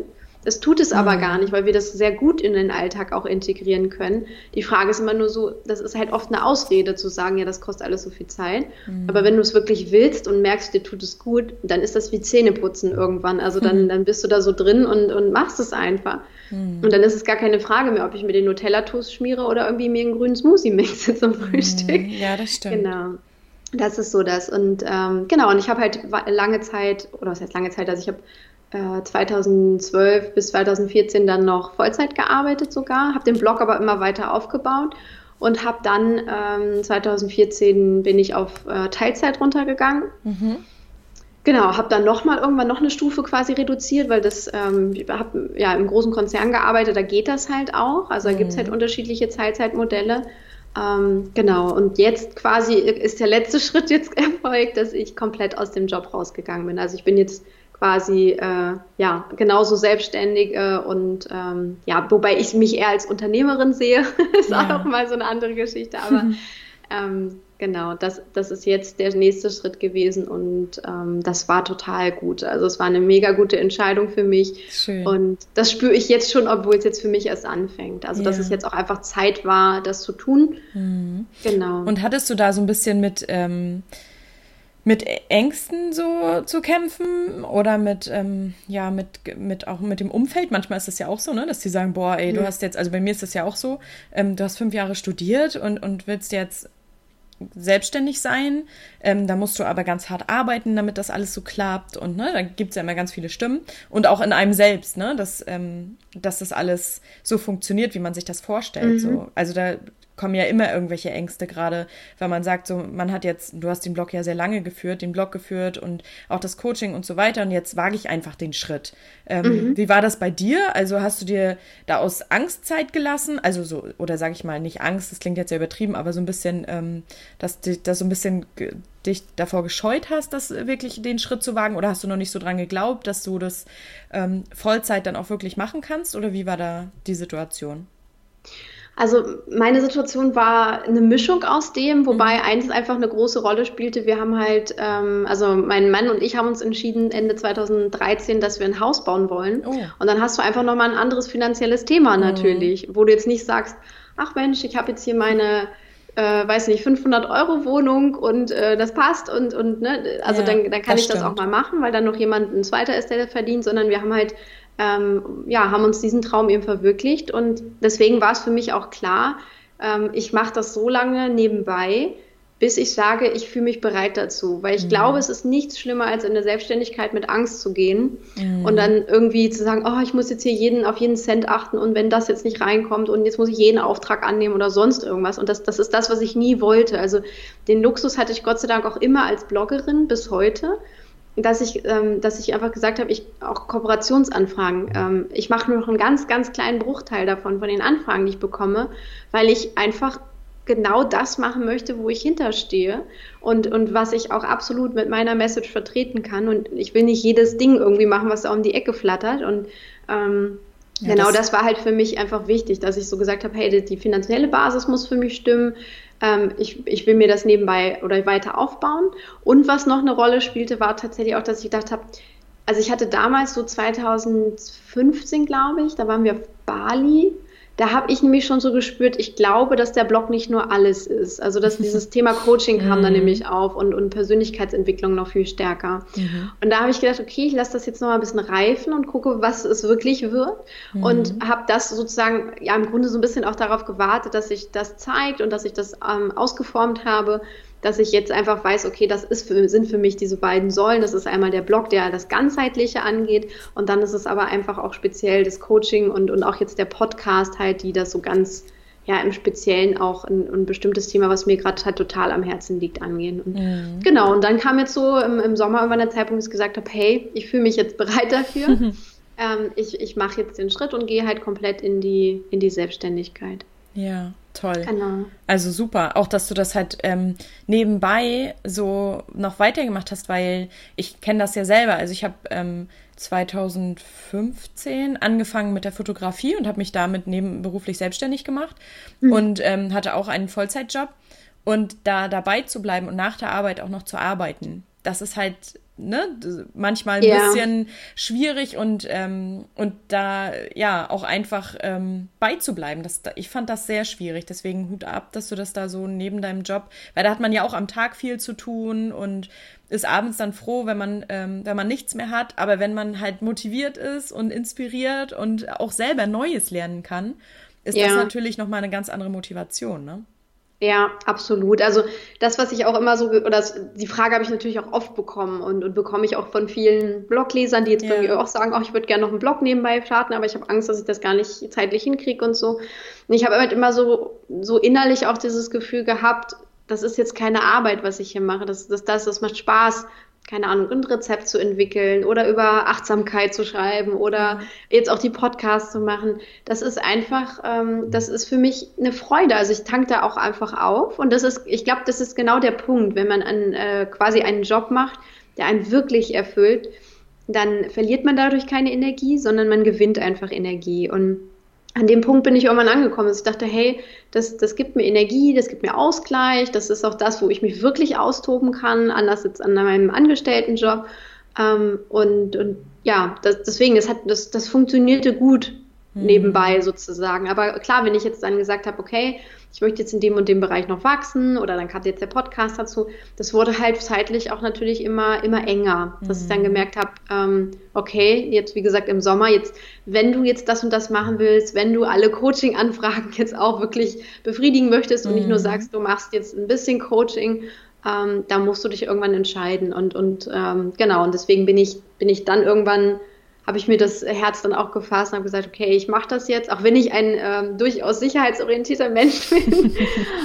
Das tut es aber Mhm. gar nicht, weil wir das sehr gut in den Alltag auch integrieren können. Die Frage ist immer nur so, das ist halt oft eine Ausrede zu sagen, ja, das kostet alles so viel Zeit. Aber wenn du es wirklich willst und merkst, dir tut es gut, dann ist das wie Zähneputzen irgendwann. Also dann, dann bist du da so drin und, und machst es einfach. Und dann ist es gar keine Frage mehr, ob ich mir den Nutella-Toast schmiere oder irgendwie mir einen grünen Smoothie mixe zum Frühstück. Ja, das stimmt. Genau. Das ist so das. Und ähm, genau, und ich habe halt wa- lange Zeit, oder was heißt lange Zeit, also ich habe äh, zweitausendzwölf bis zweitausendvierzehn dann noch Vollzeit gearbeitet sogar, habe den Blog aber immer weiter aufgebaut und habe dann ähm, zweitausendvierzehn bin ich auf äh, Teilzeit runtergegangen. Mhm. Genau, habe dann nochmal irgendwann noch eine Stufe quasi reduziert, weil das, ähm, ich habe ja im großen Konzern gearbeitet, da geht das halt auch. Also da gibt es halt unterschiedliche Teilzeitmodelle. Ähm, genau, und jetzt quasi ist der letzte Schritt jetzt erfolgt, dass ich komplett aus dem Job rausgegangen bin. Also ich bin jetzt quasi äh, ja genauso selbstständig äh, und ähm, ja, wobei ich mich eher als Unternehmerin sehe, ist Ja. auch noch mal so eine andere Geschichte, aber ähm, genau, das, das ist jetzt der nächste Schritt gewesen und ähm, das war total gut. Also es war eine mega gute Entscheidung für mich Schön. und das spüre ich jetzt schon, obwohl es jetzt für mich erst anfängt. Also dass Ja. es jetzt auch einfach Zeit war, das zu tun. Genau. Und hattest du da so ein bisschen mit, ähm, mit Ängsten so zu kämpfen oder mit, ähm, ja, mit, mit auch mit dem Umfeld? Manchmal ist es ja auch so, ne, dass die sagen, boah, ey, du hast jetzt, also bei mir ist das ja auch so, ähm, du hast fünf Jahre studiert und, und willst jetzt selbstständig sein, ähm, da musst du aber ganz hart arbeiten, damit das alles so klappt und ne, da gibt es ja immer ganz viele Stimmen und auch in einem selbst, ne, dass, ähm, dass das alles so funktioniert, wie man sich das vorstellt. So. Also da kommen ja immer irgendwelche Ängste, gerade weil man sagt, so man hat jetzt, du hast den Blog ja sehr lange geführt, den Blog geführt und auch das Coaching und so weiter und jetzt wage ich einfach den Schritt. Ähm, wie war das bei dir? Also hast du dir da aus Angst Zeit gelassen? Also so, oder sage ich mal, nicht Angst, das klingt jetzt ja übertrieben, aber so ein bisschen, ähm, dass dich das so ein bisschen ge- dich davor gescheut hast, das wirklich den Schritt zu wagen? Oder hast du noch nicht so dran geglaubt, dass du das ähm, Vollzeit dann auch wirklich machen kannst? Oder wie war da die Situation? Also meine Situation war eine Mischung aus dem, wobei eins einfach eine große Rolle spielte. Wir haben halt, ähm, also mein Mann und ich haben uns entschieden Ende zweitausenddreizehn, dass wir ein Haus bauen wollen. Oh. Und dann hast du einfach nochmal ein anderes finanzielles Thema natürlich, wo du jetzt nicht sagst, ach Mensch, ich habe jetzt hier meine, äh, weiß nicht, fünfhundert Euro Wohnung und äh, das passt und, und ne, also Ja, dann, dann kann das ich das auch stimmt. mal machen, weil dann noch jemand ein zweiter ist, der verdient, sondern wir haben halt ähm, ja, haben uns diesen Traum eben verwirklicht und deswegen war es für mich auch klar, ähm, ich mache das so lange nebenbei, bis ich sage, ich fühle mich bereit dazu, weil ich glaube, es ist nichts schlimmer, als in der Selbstständigkeit mit Angst zu gehen und dann irgendwie zu sagen, oh, ich muss jetzt hier jeden auf jeden Cent achten und wenn das jetzt nicht reinkommt und jetzt muss ich jeden Auftrag annehmen oder sonst irgendwas und das, das ist das, was ich nie wollte. Also den Luxus hatte ich Gott sei Dank auch immer als Bloggerin bis heute, dass ich, ähm, dass ich einfach gesagt habe, ich auch Kooperationsanfragen. Ähm, ich mache nur noch einen ganz, ganz kleinen Bruchteil davon, von den Anfragen, die ich bekomme, weil ich einfach genau das machen möchte, wo ich hinterstehe und, und was ich auch absolut mit meiner Message vertreten kann. Und ich will nicht jedes Ding irgendwie machen, was da um die Ecke flattert. Und ähm, Ja, genau das- das war halt für mich einfach wichtig, dass ich so gesagt habe, hey, die, die finanzielle Basis muss für mich stimmen. Ähm, ich, ich will mir das nebenbei oder weiter aufbauen. Und was noch eine Rolle spielte, war tatsächlich auch, dass ich gedacht habe, also ich hatte damals so zweitausendfünfzehn, glaube ich, da waren wir auf Bali. Da habe ich nämlich schon so gespürt, ich glaube, dass der Blog nicht nur alles ist. Also dass dieses Thema Coaching kam dann nämlich auf und, und Persönlichkeitsentwicklung noch viel stärker. Und da habe ich gedacht, okay, ich lasse das jetzt noch mal ein bisschen reifen und gucke, was es wirklich wird. Und habe das sozusagen, ja im Grunde so ein bisschen auch darauf gewartet, dass sich das zeigt und dass ich das ähm, ausgeformt habe, dass ich jetzt einfach weiß, okay, das ist für, sind für mich diese beiden Säulen. Das ist einmal der Blog, der das Ganzheitliche angeht und dann ist es aber einfach auch speziell das Coaching und, und auch jetzt der Podcast halt, die das so ganz, ja, im Speziellen auch ein, ein bestimmtes Thema, was mir gerade halt total am Herzen liegt, angehen. Und Mhm. genau, und dann kam jetzt so im, im Sommer irgendwann der Zeitpunkt, dass ich gesagt habe, hey, ich fühle mich jetzt bereit dafür. ähm, ich ich mache jetzt den Schritt und gehe halt komplett in die, in die Selbstständigkeit. Ja, toll. Genau. Also super, auch dass du das halt ähm, nebenbei so noch weitergemacht hast, weil ich kenne das ja selber. Also ich habe ähm, zweitausendfünfzehn angefangen mit der Fotografie und habe mich damit nebenberuflich selbstständig gemacht und ähm, hatte auch einen Vollzeitjob. Und da dabei zu bleiben und nach der Arbeit auch noch zu arbeiten, das ist halt ne, manchmal ein Ja. bisschen schwierig und, ähm, und da ja auch einfach ähm, beizubleiben. Das, ich fand das sehr schwierig, deswegen Hut ab, dass du das da so neben deinem Job, weil da hat man ja auch am Tag viel zu tun und ist abends dann froh, wenn man, ähm, wenn man nichts mehr hat, aber wenn man halt motiviert ist und inspiriert und auch selber Neues lernen kann, ist Ja. das natürlich nochmal eine ganz andere Motivation, ne? Ja, absolut. Also das, was ich auch immer so, ge- oder das, die Frage habe ich natürlich auch oft bekommen und, und bekomme ich auch von vielen Bloglesern, die jetzt bei Ja. mir auch sagen, oh, ich würde gerne noch einen Blog nebenbei starten, aber ich habe Angst, dass ich das gar nicht zeitlich hinkriege und so. Und ich habe halt immer so, so innerlich auch dieses Gefühl gehabt, das ist jetzt keine Arbeit, was ich hier mache. Das, das, das, das macht Spaß, keine Ahnung, ein Rezept zu entwickeln oder über Achtsamkeit zu schreiben oder jetzt auch die Podcasts zu machen. Das ist einfach, ähm, das ist für mich eine Freude. Also ich tank da auch einfach auf und das ist, ich glaube, das ist genau der Punkt, wenn man an, äh, quasi einen Job macht, der einen wirklich erfüllt, dann verliert man dadurch keine Energie, sondern man gewinnt einfach Energie. Und an dem Punkt bin ich irgendwann angekommen, dass ich dachte, hey, das, das gibt mir Energie, das gibt mir Ausgleich, das ist auch das, wo ich mich wirklich austoben kann, anders als an meinem Angestelltenjob. Ähm, und, und ja, das, deswegen, das, hat, das, das funktionierte gut nebenbei sozusagen. Aber klar, wenn ich jetzt dann gesagt habe, okay, ich möchte jetzt in dem und dem Bereich noch wachsen oder dann kam jetzt der Podcast dazu, das wurde halt zeitlich auch natürlich immer, immer enger, dass mhm. ich dann gemerkt habe, ähm, okay, jetzt wie gesagt im Sommer, jetzt, wenn du jetzt das und das machen willst, wenn du alle Coaching-Anfragen jetzt auch wirklich befriedigen möchtest mhm. und nicht nur sagst, du machst jetzt ein bisschen Coaching, ähm, da musst du dich irgendwann entscheiden und, und ähm, genau, und deswegen bin ich, bin ich dann irgendwann habe ich mir das Herz dann auch gefasst und habe gesagt, okay, ich mache das jetzt, auch wenn ich ein ähm, durchaus sicherheitsorientierter Mensch bin,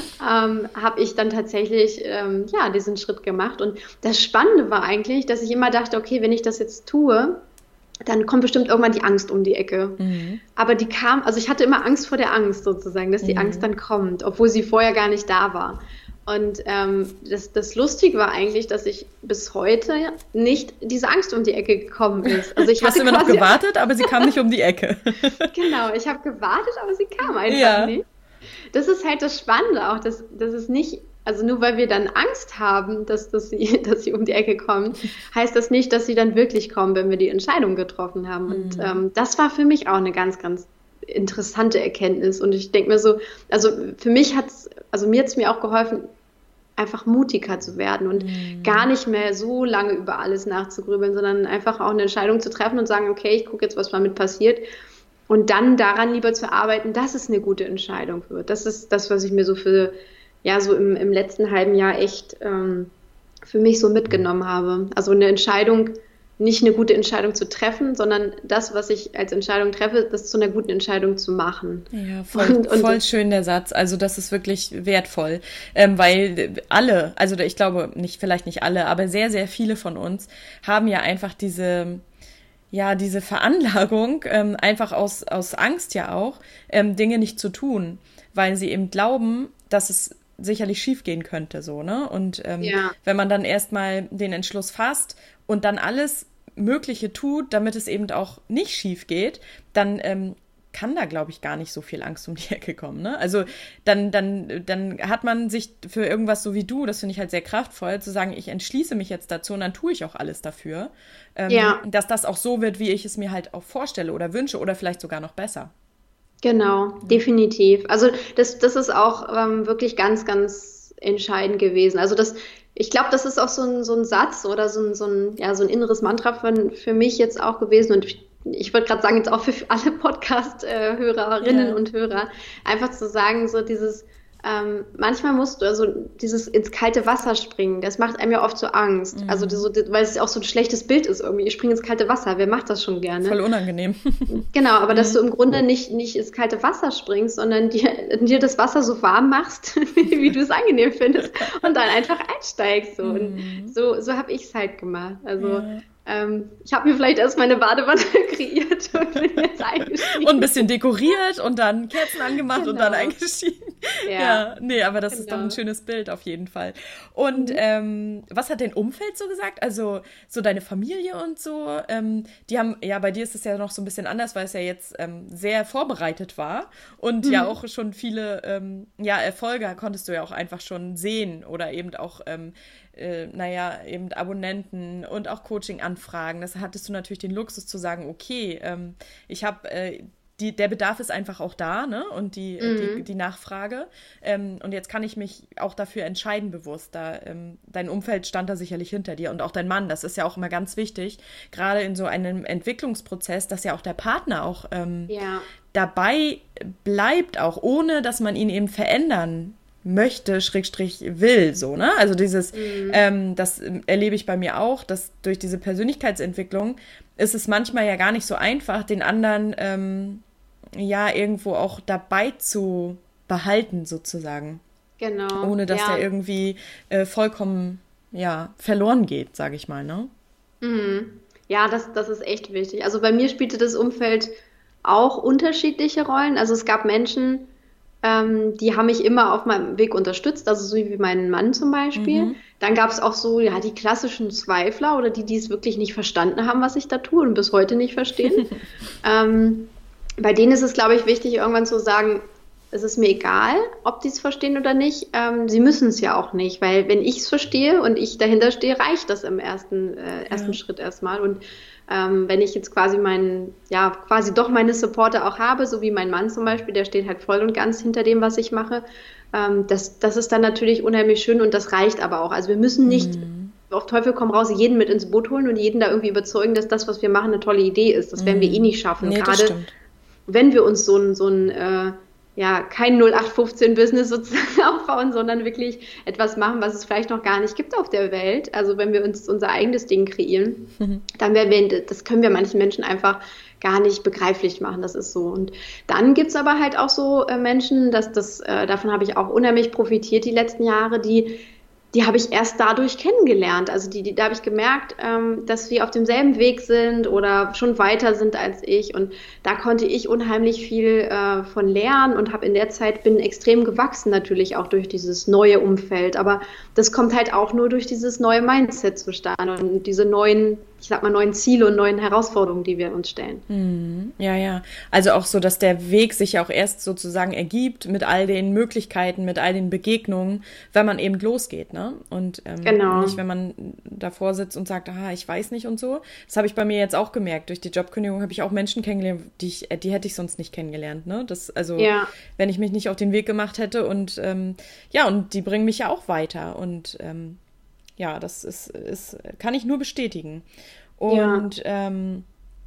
ähm, habe ich dann tatsächlich ähm, ja diesen Schritt gemacht. Und das Spannende war eigentlich, dass ich immer dachte, okay, wenn ich das jetzt tue, dann kommt bestimmt irgendwann die Angst um die Ecke. Mhm. Aber die kam, also ich hatte immer Angst vor der Angst sozusagen, dass die mhm. Angst dann kommt, obwohl sie vorher gar nicht da war. Und ähm, das, das Lustige war eigentlich, dass ich bis heute nicht diese Angst um die Ecke gekommen ist. Also ich du hast hatte immer noch gewartet, aber sie kam nicht um die Ecke. Genau, ich habe gewartet, aber sie kam einfach ja. nicht. Das ist halt das Spannende auch, dass, dass es nicht, also nur weil wir dann Angst haben, dass, dass, sie, dass sie um die Ecke kommt, heißt das nicht, dass sie dann wirklich kommen, wenn wir die Entscheidung getroffen haben. Und mhm. ähm, das war für mich auch eine ganz, ganz interessante Erkenntnis. Und ich denke mir so, also für mich hat es, also mir hat es mir auch geholfen, einfach mutiger zu werden und mhm. gar nicht mehr so lange über alles nachzugrübeln, sondern einfach auch eine Entscheidung zu treffen und sagen, okay, ich gucke jetzt, was damit passiert und dann daran lieber zu arbeiten, dass es eine gute Entscheidung wird. Das ist das, was ich mir so für, ja, so im, im letzten halben Jahr echt ähm, für mich so mitgenommen habe. Also eine Entscheidung, nicht eine gute Entscheidung zu treffen, sondern das, was ich als Entscheidung treffe, das zu einer guten Entscheidung zu machen. Ja, voll, und, und voll schön der Satz. Also das ist wirklich wertvoll, ähm, weil alle, also ich glaube nicht, vielleicht nicht alle, aber sehr, sehr viele von uns haben ja einfach diese, ja, diese Veranlagung, ähm, einfach aus, aus Angst ja auch, ähm, Dinge nicht zu tun, weil sie eben glauben, dass es sicherlich schief gehen könnte, so, ne? Und ähm, ja. wenn man dann erstmal den Entschluss fasst und dann alles Mögliche tut, damit es eben auch nicht schief geht, dann ähm, kann da, glaube ich, gar nicht so viel Angst um die Ecke kommen, ne? Also dann, dann, dann hat man sich für irgendwas so wie du, das finde ich halt sehr kraftvoll, zu sagen, ich entschließe mich jetzt dazu und dann tue ich auch alles dafür, ähm, ja. dass das auch so wird, wie ich es mir halt auch vorstelle oder wünsche oder vielleicht sogar noch besser. Genau, definitiv. Also das, das ist auch ähm, wirklich ganz, ganz entscheidend gewesen. Also das, ich glaube, das ist auch so ein, so ein Satz oder so ein, so ein, ja, so ein inneres Mantra für, für mich jetzt auch gewesen und ich, ich würde gerade sagen, jetzt auch für alle Podcast-Hörerinnen ja. und Hörer, einfach zu sagen, so dieses, ähm, manchmal musst du, also dieses ins kalte Wasser springen, das macht einem ja oft so Angst. Mhm. Also so, weil es auch so ein schlechtes Bild ist irgendwie. Ich springe ins kalte Wasser, wer macht das schon gerne? Voll unangenehm. Genau, aber mhm. dass du im Grunde nicht, nicht ins kalte Wasser springst, sondern dir, dir das Wasser so warm machst, wie du es angenehm findest und dann einfach einsteigst. So, mhm. und so, so habe ich es halt gemacht. Also ja. Ähm, ich habe mir vielleicht erst meine Badewanne kreiert und bin jetzt eingestiegen. Und ein bisschen dekoriert und dann Kerzen angemacht genau. und dann eingestiegen. Ja, Ja, nee, aber das ist doch ein genau. schönes Bild auf jeden Fall. Und Mhm. ähm, was hat dein Umfeld so gesagt? Also so deine Familie und so, ähm, die haben, ja, bei dir ist es ja noch so ein bisschen anders, weil es ja jetzt ähm, sehr vorbereitet war und ja Mhm. auch schon viele, ähm, ja, Erfolge konntest du ja auch einfach schon sehen oder eben auch, ähm, äh, naja, eben Abonnenten und auch Coaching-Anfragen. Das hattest du natürlich den Luxus zu sagen, okay, ähm, ich habe äh, die, der Bedarf ist einfach auch da, ne? Und die, die, Mhm. die Nachfrage. Ähm, und jetzt kann ich mich auch dafür entscheiden, bewusst. Da, ähm, dein Umfeld stand da sicherlich hinter dir und auch dein Mann. Das ist ja auch immer ganz wichtig, gerade in so einem Entwicklungsprozess, dass ja auch der Partner auch ähm, Ja, dabei bleibt, auch ohne dass man ihn eben verändern möchte, Schrägstrich will, so, ne? Also dieses, mhm. ähm, das erlebe ich bei mir auch, dass durch diese Persönlichkeitsentwicklung ist es manchmal ja gar nicht so einfach, den anderen ähm, ja irgendwo auch dabei zu behalten, sozusagen, Genau. ohne dass der Ja. irgendwie äh, vollkommen ja verloren geht, sage ich mal, ne? Mhm. Ja, das, das ist echt wichtig. Also bei mir spielte das Umfeld auch unterschiedliche Rollen. Also es gab Menschen, ähm, die haben mich immer auf meinem Weg unterstützt, also so wie meinen Mann zum Beispiel. Mhm. Dann gab es auch so, ja, die klassischen Zweifler oder die, die es wirklich nicht verstanden haben, was ich da tue und bis heute nicht verstehen. Ähm, Bei denen ist es, glaube ich, wichtig, irgendwann zu sagen, es ist mir egal, ob die es verstehen oder nicht. Ähm, sie müssen es ja auch nicht, weil wenn ich es verstehe und ich dahinter stehe, reicht das im ersten, äh, ersten Ja. Schritt erstmal. Und ähm, wenn ich jetzt quasi meinen, ja, quasi doch meine Supporter auch habe, so wie mein Mann zum Beispiel, der steht halt voll und ganz hinter dem, was ich mache, ähm, das, das ist dann natürlich unheimlich schön und das reicht aber auch. Also wir müssen nicht Mhm. auf Teufel komm raus jeden mit ins Boot holen und jeden da irgendwie überzeugen, dass das, was wir machen, eine tolle Idee ist. Das werden wir eh Mhm. nicht schaffen. Nee, das Gerade stimmt. wenn wir uns so ein, so ein äh, ja, kein null acht fünfzehn Business sozusagen aufbauen, sondern wirklich etwas machen, was es vielleicht noch gar nicht gibt auf der Welt. Also wenn wir uns unser eigenes Ding kreieren, dann werden wir, das können wir manchen Menschen einfach gar nicht begreiflich machen, das ist so. Und dann gibt's aber halt auch so äh, Menschen, dass das, äh, davon habe ich auch unheimlich profitiert die letzten Jahre, die die habe ich erst dadurch kennengelernt. Also die, die, da habe ich gemerkt, ähm, dass wir auf demselben Weg sind oder schon weiter sind als ich. Und da konnte ich unheimlich viel äh, von lernen und habe in der Zeit bin extrem gewachsen, natürlich auch durch dieses neue Umfeld. Aber das kommt halt auch nur durch dieses neue Mindset zustande und diese neuen, ich sag mal, neuen Ziele und neuen Herausforderungen, die wir uns stellen. Mhm. Ja, ja. Also auch so, dass der Weg sich ja auch erst sozusagen ergibt mit all den Möglichkeiten, mit all den Begegnungen, wenn man eben losgeht, ne? Und ähm, Genau. nicht, wenn man davor sitzt und sagt, ah, ich weiß nicht und so. Das habe ich bei mir jetzt auch gemerkt. Durch die Jobkündigung habe ich auch Menschen kennengelernt, die ich, die hätte ich sonst nicht kennengelernt, ne? Das, also, Ja. wenn ich mich nicht auf den Weg gemacht hätte und ähm, ja, und die bringen mich ja auch weiter. Und ähm, ja, das ist, ist, kann ich nur bestätigen. Ja. Und ähm,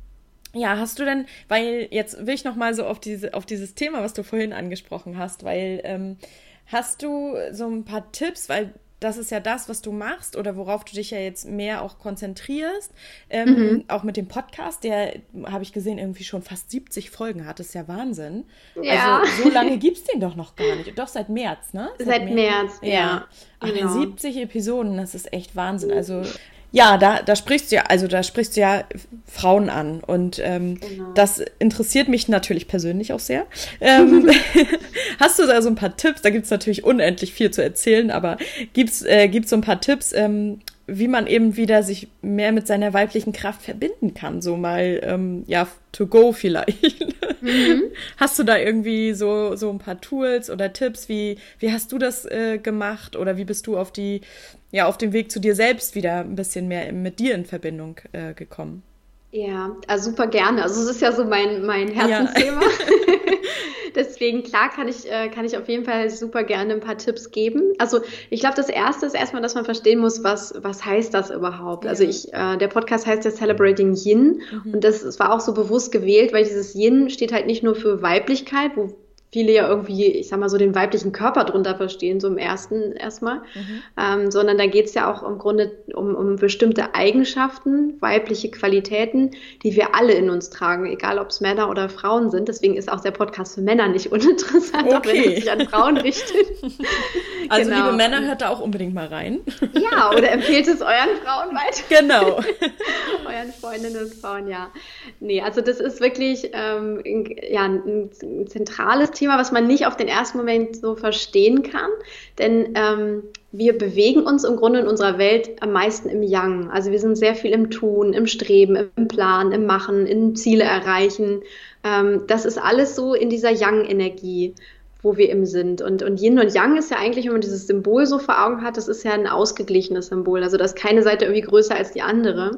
ja, hast du denn, weil jetzt will ich noch mal so auf diese, auf dieses Thema, was du vorhin angesprochen hast, weil ähm, hast du so ein paar Tipps, weil das ist ja das, was du machst oder worauf du dich ja jetzt mehr auch konzentrierst, ähm, Mhm. auch mit dem Podcast, der, habe ich gesehen, irgendwie schon fast siebzig Folgen hat, das ist ja Wahnsinn. Ja. Also so lange gibt's den doch noch gar nicht. Doch seit März, ne? Seit Seit März. März, Ja. ja. Aber Genau. siebzig Episoden, das ist echt Wahnsinn. Also ja, da, da sprichst du ja, also da sprichst du ja Frauen an und ähm, Genau. das interessiert mich natürlich persönlich auch sehr. Ähm, hast du da so ein paar Tipps? Da gibt's natürlich unendlich viel zu erzählen, aber gibt's äh, gibt's so ein paar Tipps, ähm, wie man eben wieder sich mehr mit seiner weiblichen Kraft verbinden kann? So mal, ähm, ja, to go vielleicht. Mhm. Hast du da irgendwie so, so ein paar Tools oder Tipps? Wie, wie hast du das äh, gemacht? Oder wie bist du auf die, ja, auf dem Weg zu dir selbst wieder ein bisschen mehr mit dir in Verbindung äh, gekommen? Ja, also super gerne. Also es ist ja so mein, mein Ja. Herzensthema. Deswegen, klar, kann ich, äh, kann ich auf jeden Fall super gerne ein paar Tipps geben. Also ich glaube, das Erste ist erstmal, dass man verstehen muss, was, was heißt das überhaupt? Also Ja. ich, äh, der Podcast heißt ja Celebrating Yin und das, das war auch so bewusst gewählt, weil dieses Yin steht halt nicht nur für Weiblichkeit, wo viele ja irgendwie, ich sag mal so, den weiblichen Körper drunter verstehen, so im ersten erstmal, ähm, sondern da geht es ja auch im Grunde um, um bestimmte Eigenschaften, weibliche Qualitäten, die wir alle in uns tragen, egal ob es Männer oder Frauen sind. Deswegen ist auch der Podcast für Männer nicht uninteressant, auch wenn Okay. er sich an Frauen richtet. Also Genau. liebe Männer, hört da auch unbedingt mal rein. Ja, oder empfehlt es euren Frauen weiter, Genau. euren Freundinnen und Frauen, ja. Nee, also das ist wirklich ähm, ja, ein, ein zentrales Thema, was man nicht auf den ersten Moment so verstehen kann. Denn ähm, wir bewegen uns im Grunde in unserer Welt am meisten im Yang. Also wir sind sehr viel im Tun, im Streben, im Planen, im Machen, in Ziele erreichen. Ähm, das ist alles so in dieser Yang-Energie, wo wir im sind. Und, und Yin und Yang ist ja eigentlich, wenn man dieses Symbol so vor Augen hat, das ist ja ein ausgeglichenes Symbol. Also da ist keine Seite irgendwie größer als die andere.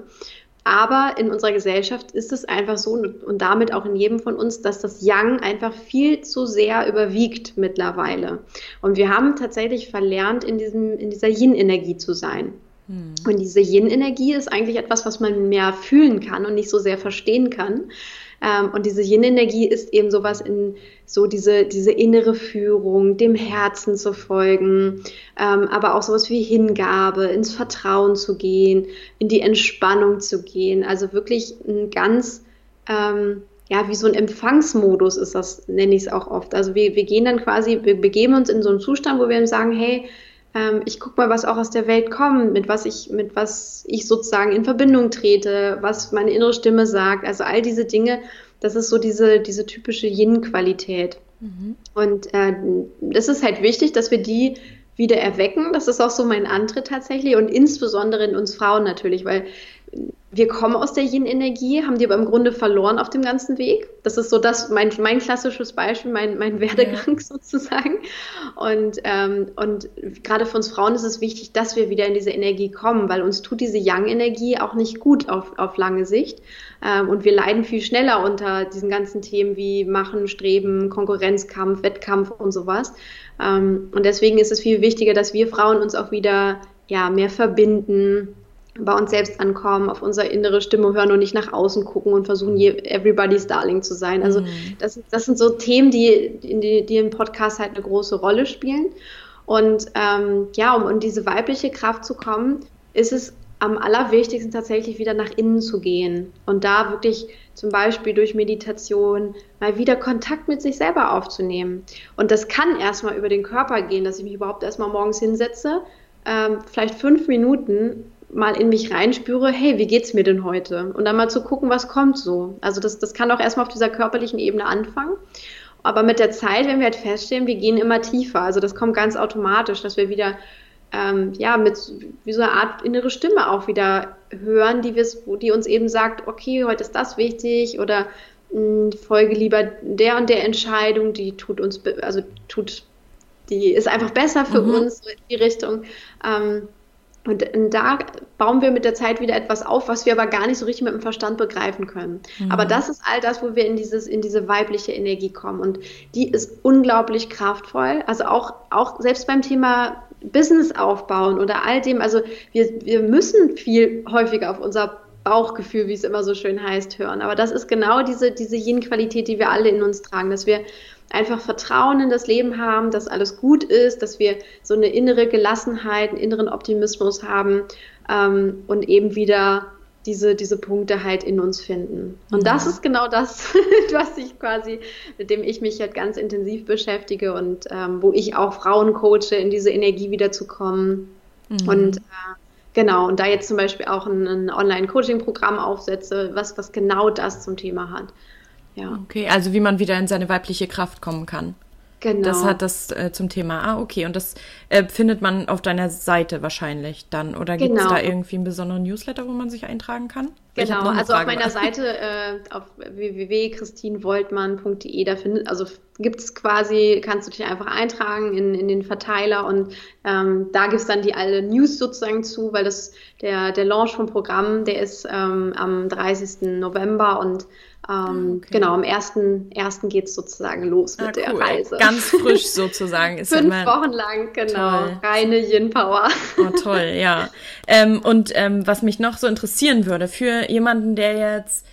Aber in unserer Gesellschaft ist es einfach so und damit auch in jedem von uns, dass das Yang einfach viel zu sehr überwiegt mittlerweile. Und wir haben tatsächlich verlernt, in diesem, in dieser Yin-Energie zu sein. Hm. Und diese Yin-Energie ist eigentlich etwas, was man mehr fühlen kann und nicht so sehr verstehen kann. Ähm, und diese Yin-Energie ist eben sowas in so diese, diese innere Führung, dem Herzen zu folgen, ähm, aber auch sowas wie Hingabe, ins Vertrauen zu gehen, in die Entspannung zu gehen. Also wirklich ein ganz, ähm, ja, wie so ein Empfangsmodus ist das, nenne ich es auch oft. Also wir, wir gehen dann quasi, wir begeben uns in so einen Zustand, wo wir dann sagen, hey, ich gucke mal, was auch aus der Welt kommt, mit was ich, mit was ich sozusagen in Verbindung trete, was meine innere Stimme sagt. Also all diese Dinge, das ist so diese, diese typische Yin-Qualität. Mhm. Und äh, das ist halt wichtig, dass wir die wieder erwecken. Das ist auch so mein Antritt tatsächlich und insbesondere in uns Frauen natürlich, weil wir kommen aus der Yin-Energie, haben die aber im Grunde verloren auf dem ganzen Weg. Das ist so das, mein, mein klassisches Beispiel, mein, mein Werdegang ja. sozusagen. Und, ähm, und gerade für uns Frauen ist es wichtig, dass wir wieder in diese Energie kommen, weil uns tut diese Yang-Energie auch nicht gut auf, auf lange Sicht. Ähm, und wir leiden viel schneller unter diesen ganzen Themen wie Machen, Streben, Konkurrenzkampf, Wettkampf und sowas. Ähm, und deswegen ist es viel wichtiger, dass wir Frauen uns auch wieder ja, mehr verbinden, bei uns selbst ankommen, auf unsere innere Stimme hören und nicht nach außen gucken und versuchen, everybody's darling zu sein. Also mhm. das, das sind so Themen, die, die, die im Podcast halt eine große Rolle spielen. Und ähm, ja, um in diese weibliche Kraft zu kommen, ist es am allerwichtigsten tatsächlich wieder nach innen zu gehen und da wirklich zum Beispiel durch Meditation mal wieder Kontakt mit sich selber aufzunehmen. Und das kann erstmal über den Körper gehen, dass ich mich überhaupt erstmal morgens hinsetze, ähm, vielleicht fünf Minuten mal in mich reinspüre, hey, wie geht's mir denn heute? Und dann mal zu gucken, was kommt so. Also das, das kann auch erstmal auf dieser körperlichen Ebene anfangen. Aber mit der Zeit, wenn wir halt feststellen, wir gehen immer tiefer. Also das kommt ganz automatisch, dass wir wieder ähm, ja mit wie so eine Art innere Stimme auch wieder hören, die, die uns eben sagt, okay, heute ist das wichtig oder mh, folge lieber der und der Entscheidung, die tut uns, also tut, die ist einfach besser für mhm. uns so in die Richtung. Ähm, Und da bauen wir mit der Zeit wieder etwas auf, was wir aber gar nicht so richtig mit dem Verstand begreifen können. Mhm. Aber das ist all das, wo wir in dieses, in diese weibliche Energie kommen. Und die ist unglaublich kraftvoll. Also auch, auch selbst beim Thema Business aufbauen oder all dem. Also wir, wir müssen viel häufiger auf unser Bauchgefühl, wie es immer so schön heißt, hören. Aber das ist genau diese, diese Yin-Qualität, die wir alle in uns tragen, dass wir einfach Vertrauen in das Leben haben, dass alles gut ist, dass wir so eine innere Gelassenheit, einen inneren Optimismus haben ähm, und eben wieder diese, diese Punkte halt in uns finden. Und mhm. das ist genau das, was ich quasi, mit dem ich mich halt ganz intensiv beschäftige und ähm, wo ich auch Frauen coache, in diese Energie wiederzukommen. Mhm. Und äh, genau, und da jetzt zum Beispiel auch ein, ein Online-Coaching-Programm aufsetze, was, was genau das zum Thema hat. Ja. Okay, also wie man wieder in seine weibliche Kraft kommen kann. Genau. Das hat das äh, zum Thema. Ah, okay. Und das äh, findet man auf deiner Seite wahrscheinlich dann. Oder gibt es genau. da irgendwie einen besonderen Newsletter, wo man sich eintragen kann? Genau, also auf meiner Seite äh, auf w w w punkt christine woltmann punkt d e, da findet, also gibt es quasi, kannst du dich einfach eintragen in, in den Verteiler und ähm, da gibt es dann die alle News sozusagen zu, weil das der, der Launch vom Programm, der ist ähm, am dreißigsten November und Ähm, okay. Genau, am ersten ersten geht es sozusagen los mit ah, cool. der Reise. Ganz frisch sozusagen. Ist Fünf immer Wochen lang, genau. Toll. Reine Yin-Power. Oh, toll, ja. Ähm, und ähm, was mich noch so interessieren würde, für jemanden, der jetzt,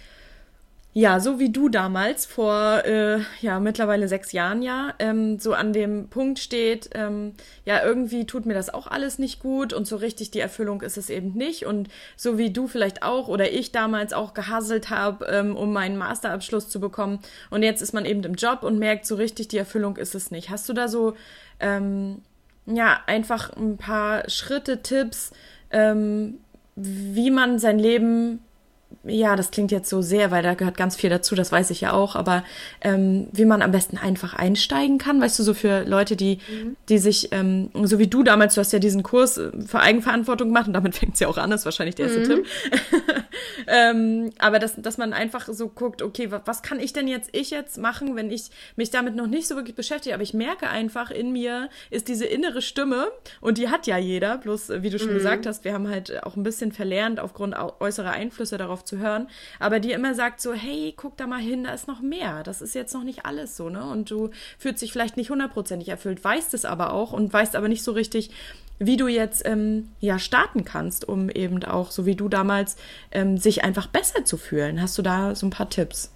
ja, so wie du damals, vor äh, ja mittlerweile sechs Jahren ja, ähm, so an dem Punkt steht, ähm, ja, irgendwie tut mir das auch alles nicht gut und so richtig die Erfüllung ist es eben nicht. Und so wie du vielleicht auch oder ich damals auch gehasselt habe, ähm, um meinen Masterabschluss zu bekommen und jetzt ist man eben im Job und merkt, so richtig die Erfüllung ist es nicht. Hast du da so, ähm, ja, einfach ein paar Schritte, Tipps, ähm, wie man sein Leben ja, das klingt jetzt so sehr, weil da gehört ganz viel dazu, das weiß ich ja auch, aber ähm, wie man am besten einfach einsteigen kann, weißt du, so für Leute, die, mhm. die sich, ähm, so wie du damals, du hast ja diesen Kurs für Eigenverantwortung gemacht und damit fängt es ja auch an, das ist wahrscheinlich der erste mhm. Tipp. ähm, aber dass, dass man einfach so guckt, okay, was, was kann ich denn jetzt, ich jetzt machen, wenn ich mich damit noch nicht so wirklich beschäftige, aber ich merke einfach, in mir ist diese innere Stimme und die hat ja jeder, bloß wie du schon mhm. gesagt hast, wir haben halt auch ein bisschen verlernt, aufgrund äußerer Einflüsse darauf zu hören, aber die immer sagt so, hey, guck da mal hin, da ist noch mehr, das ist jetzt noch nicht alles so, ne, und du fühlst dich vielleicht nicht hundertprozentig erfüllt, weißt es aber auch und weißt aber nicht so richtig, wie du jetzt ähm, ja starten kannst, um eben auch, so wie du damals, ähm, sich einfach besser zu fühlen. Hast du da so ein paar Tipps?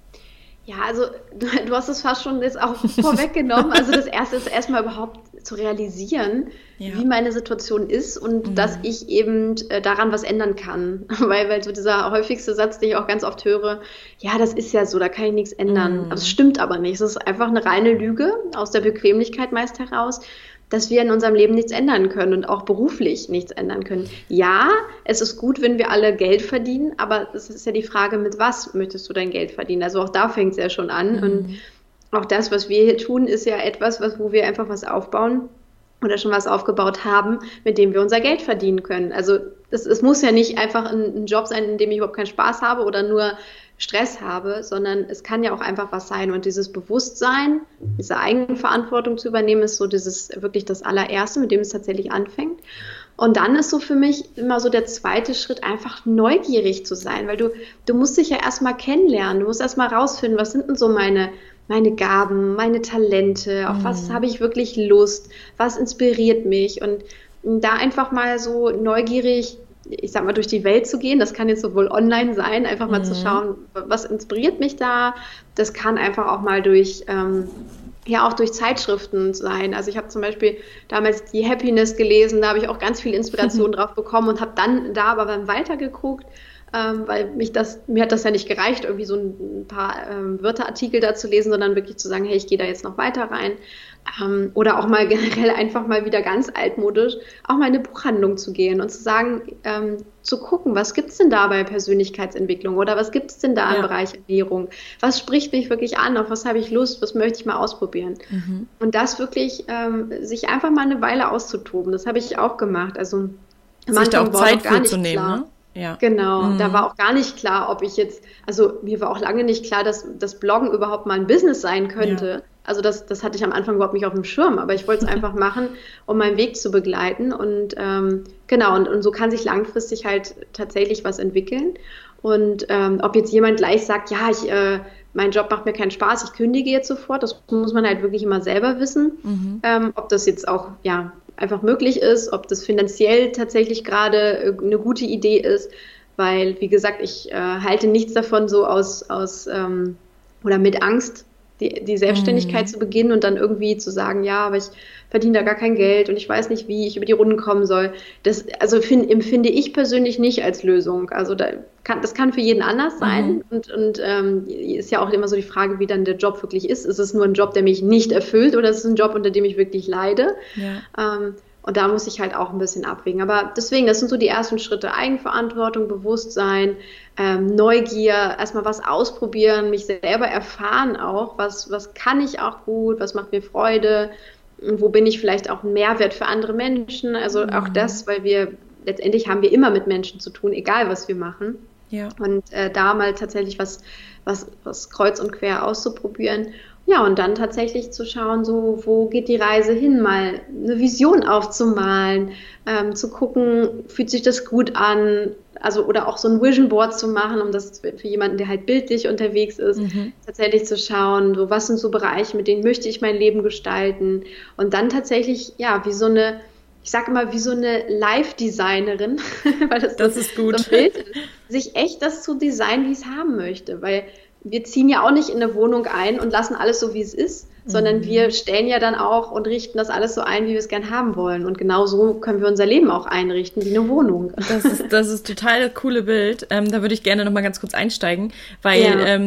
Ja, also du, du hast es fast schon jetzt auch vorweggenommen. Also das Erste ist erstmal überhaupt zu realisieren, ja. wie meine Situation ist und mhm. dass ich eben äh, daran was ändern kann. Weil, weil so dieser häufigste Satz, den ich auch ganz oft höre, ja, das ist ja so, da kann ich nichts ändern. Mhm. Das stimmt aber nicht. Es ist einfach eine reine Lüge, aus der Bequemlichkeit meist heraus, dass wir in unserem Leben nichts ändern können und auch beruflich nichts ändern können. Ja, es ist gut, wenn wir alle Geld verdienen, aber es ist ja die Frage, mit was möchtest du dein Geld verdienen? Also auch da fängt es ja schon an. Mhm. Und auch das, was wir hier tun, ist ja etwas, was, wo wir einfach was aufbauen oder schon was aufgebaut haben, mit dem wir unser Geld verdienen können. Also es, es muss ja nicht einfach ein, ein Job sein, in dem ich überhaupt keinen Spaß habe oder nur Stress habe, sondern es kann ja auch einfach was sein. Und dieses Bewusstsein, diese Eigenverantwortung zu übernehmen, ist so dieses wirklich das allererste, mit dem es tatsächlich anfängt. Und dann ist so für mich immer so der zweite Schritt, einfach neugierig zu sein, weil du, du musst dich ja erstmal kennenlernen, du musst erstmal rausfinden, was sind denn so meine, meine Gaben, meine Talente, auf mhm. was habe ich wirklich Lust, was inspiriert mich und da einfach mal so neugierig, ich sag mal, durch die Welt zu gehen. Das kann jetzt sowohl online sein, einfach mal mhm. zu schauen, was inspiriert mich da. Das kann einfach auch mal durch, ähm, ja, auch durch Zeitschriften sein. Also ich habe zum Beispiel damals die Happiness gelesen, da habe ich auch ganz viel Inspiration drauf bekommen und habe dann da aber dann weitergeguckt, ähm, weil mich das, mir hat das ja nicht gereicht, irgendwie so ein paar ähm, Wörterartikel da zu lesen, sondern wirklich zu sagen, hey, ich gehe da jetzt noch weiter rein. Ähm, oder auch mal generell einfach mal wieder ganz altmodisch, auch mal in eine Buchhandlung zu gehen und zu sagen, ähm, zu gucken, was gibt es denn da bei Persönlichkeitsentwicklung oder was gibt es denn da ja. im Bereich Ernährung? Was spricht mich wirklich an? Auf was habe ich Lust? Was möchte ich mal ausprobieren? Mhm. Und das wirklich, ähm, sich einfach mal eine Weile auszutoben, das habe ich auch gemacht. Also sich da auch Zeit für zu nehmen, ne? Ja. Genau, mhm. da war auch gar nicht klar, ob ich jetzt, also mir war auch lange nicht klar, dass das Bloggen überhaupt mal ein Business sein könnte. Ja. Also das, das hatte ich am Anfang überhaupt nicht auf dem Schirm, aber ich wollte es einfach machen, um meinen Weg zu begleiten. Und ähm, genau, und, und so kann sich langfristig halt tatsächlich was entwickeln. Und ähm, ob jetzt jemand gleich sagt, ja, ich, äh, mein Job macht mir keinen Spaß, ich kündige jetzt sofort, das muss man halt wirklich immer selber wissen. Mhm. Ähm, ob das jetzt auch, ja, einfach möglich ist, ob das finanziell tatsächlich gerade eine gute Idee ist, weil, wie gesagt, ich äh, halte nichts davon, so aus, aus ähm, oder mit Angst die, die Selbstständigkeit mhm. zu beginnen und dann irgendwie zu sagen, ja, aber ich verdiene da gar kein Geld und ich weiß nicht, wie ich über die Runden kommen soll. Das also find, empfinde ich persönlich nicht als Lösung. Also da kann, das kann für jeden anders sein mhm. und, und ähm, ist ja auch immer so die Frage, wie dann der Job wirklich ist. Ist es nur ein Job, der mich nicht erfüllt oder ist es ein Job, unter dem ich wirklich leide? Ja. Ähm, Und da muss ich halt auch ein bisschen abwägen. Aber deswegen, das sind so die ersten Schritte. Eigenverantwortung, Bewusstsein, ähm, Neugier, erstmal was ausprobieren, mich selber erfahren auch. Was, was kann ich auch gut, was macht mir Freude, wo bin ich vielleicht auch ein Mehrwert für andere Menschen. Also mhm. auch das, weil wir, letztendlich haben wir immer mit Menschen zu tun, egal was wir machen. Ja. Und äh, da mal tatsächlich was, was, was kreuz und quer auszuprobieren. Ja, und dann tatsächlich zu schauen, so, wo geht die Reise hin, mal eine Vision aufzumalen, ähm, zu gucken, fühlt sich das gut an, also oder auch so ein Vision Board zu machen, um das für jemanden, der halt bildlich unterwegs ist, mhm. tatsächlich zu schauen, so was sind so Bereiche, mit denen möchte ich mein Leben gestalten und dann tatsächlich, ja, wie so eine, ich sage immer, wie so eine Live-Designerin, weil das, das ist gut. So ein Bild ist, sich echt das zu designen, wie ich es haben möchte, weil wir ziehen ja auch nicht in eine Wohnung ein und lassen alles so, wie es ist, mhm. sondern wir stellen ja dann auch und richten das alles so ein, wie wir es gern haben wollen. Und genau so können wir unser Leben auch einrichten, wie eine Wohnung. Das ist, das ist total das coole Bild. Ähm, da würde ich gerne noch mal ganz kurz einsteigen, weil ja. ähm,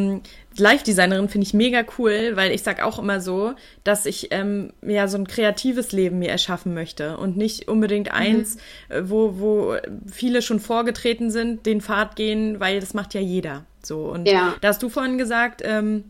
Live-Designerin finde ich mega cool, weil ich sag auch immer so, dass ich ähm, ja so ein kreatives Leben mir erschaffen möchte und nicht unbedingt eins, mhm. wo, wo viele schon vorgetreten sind, den Pfad gehen, weil das macht ja jeder. So. Und ja. da hast du vorhin gesagt, ähm,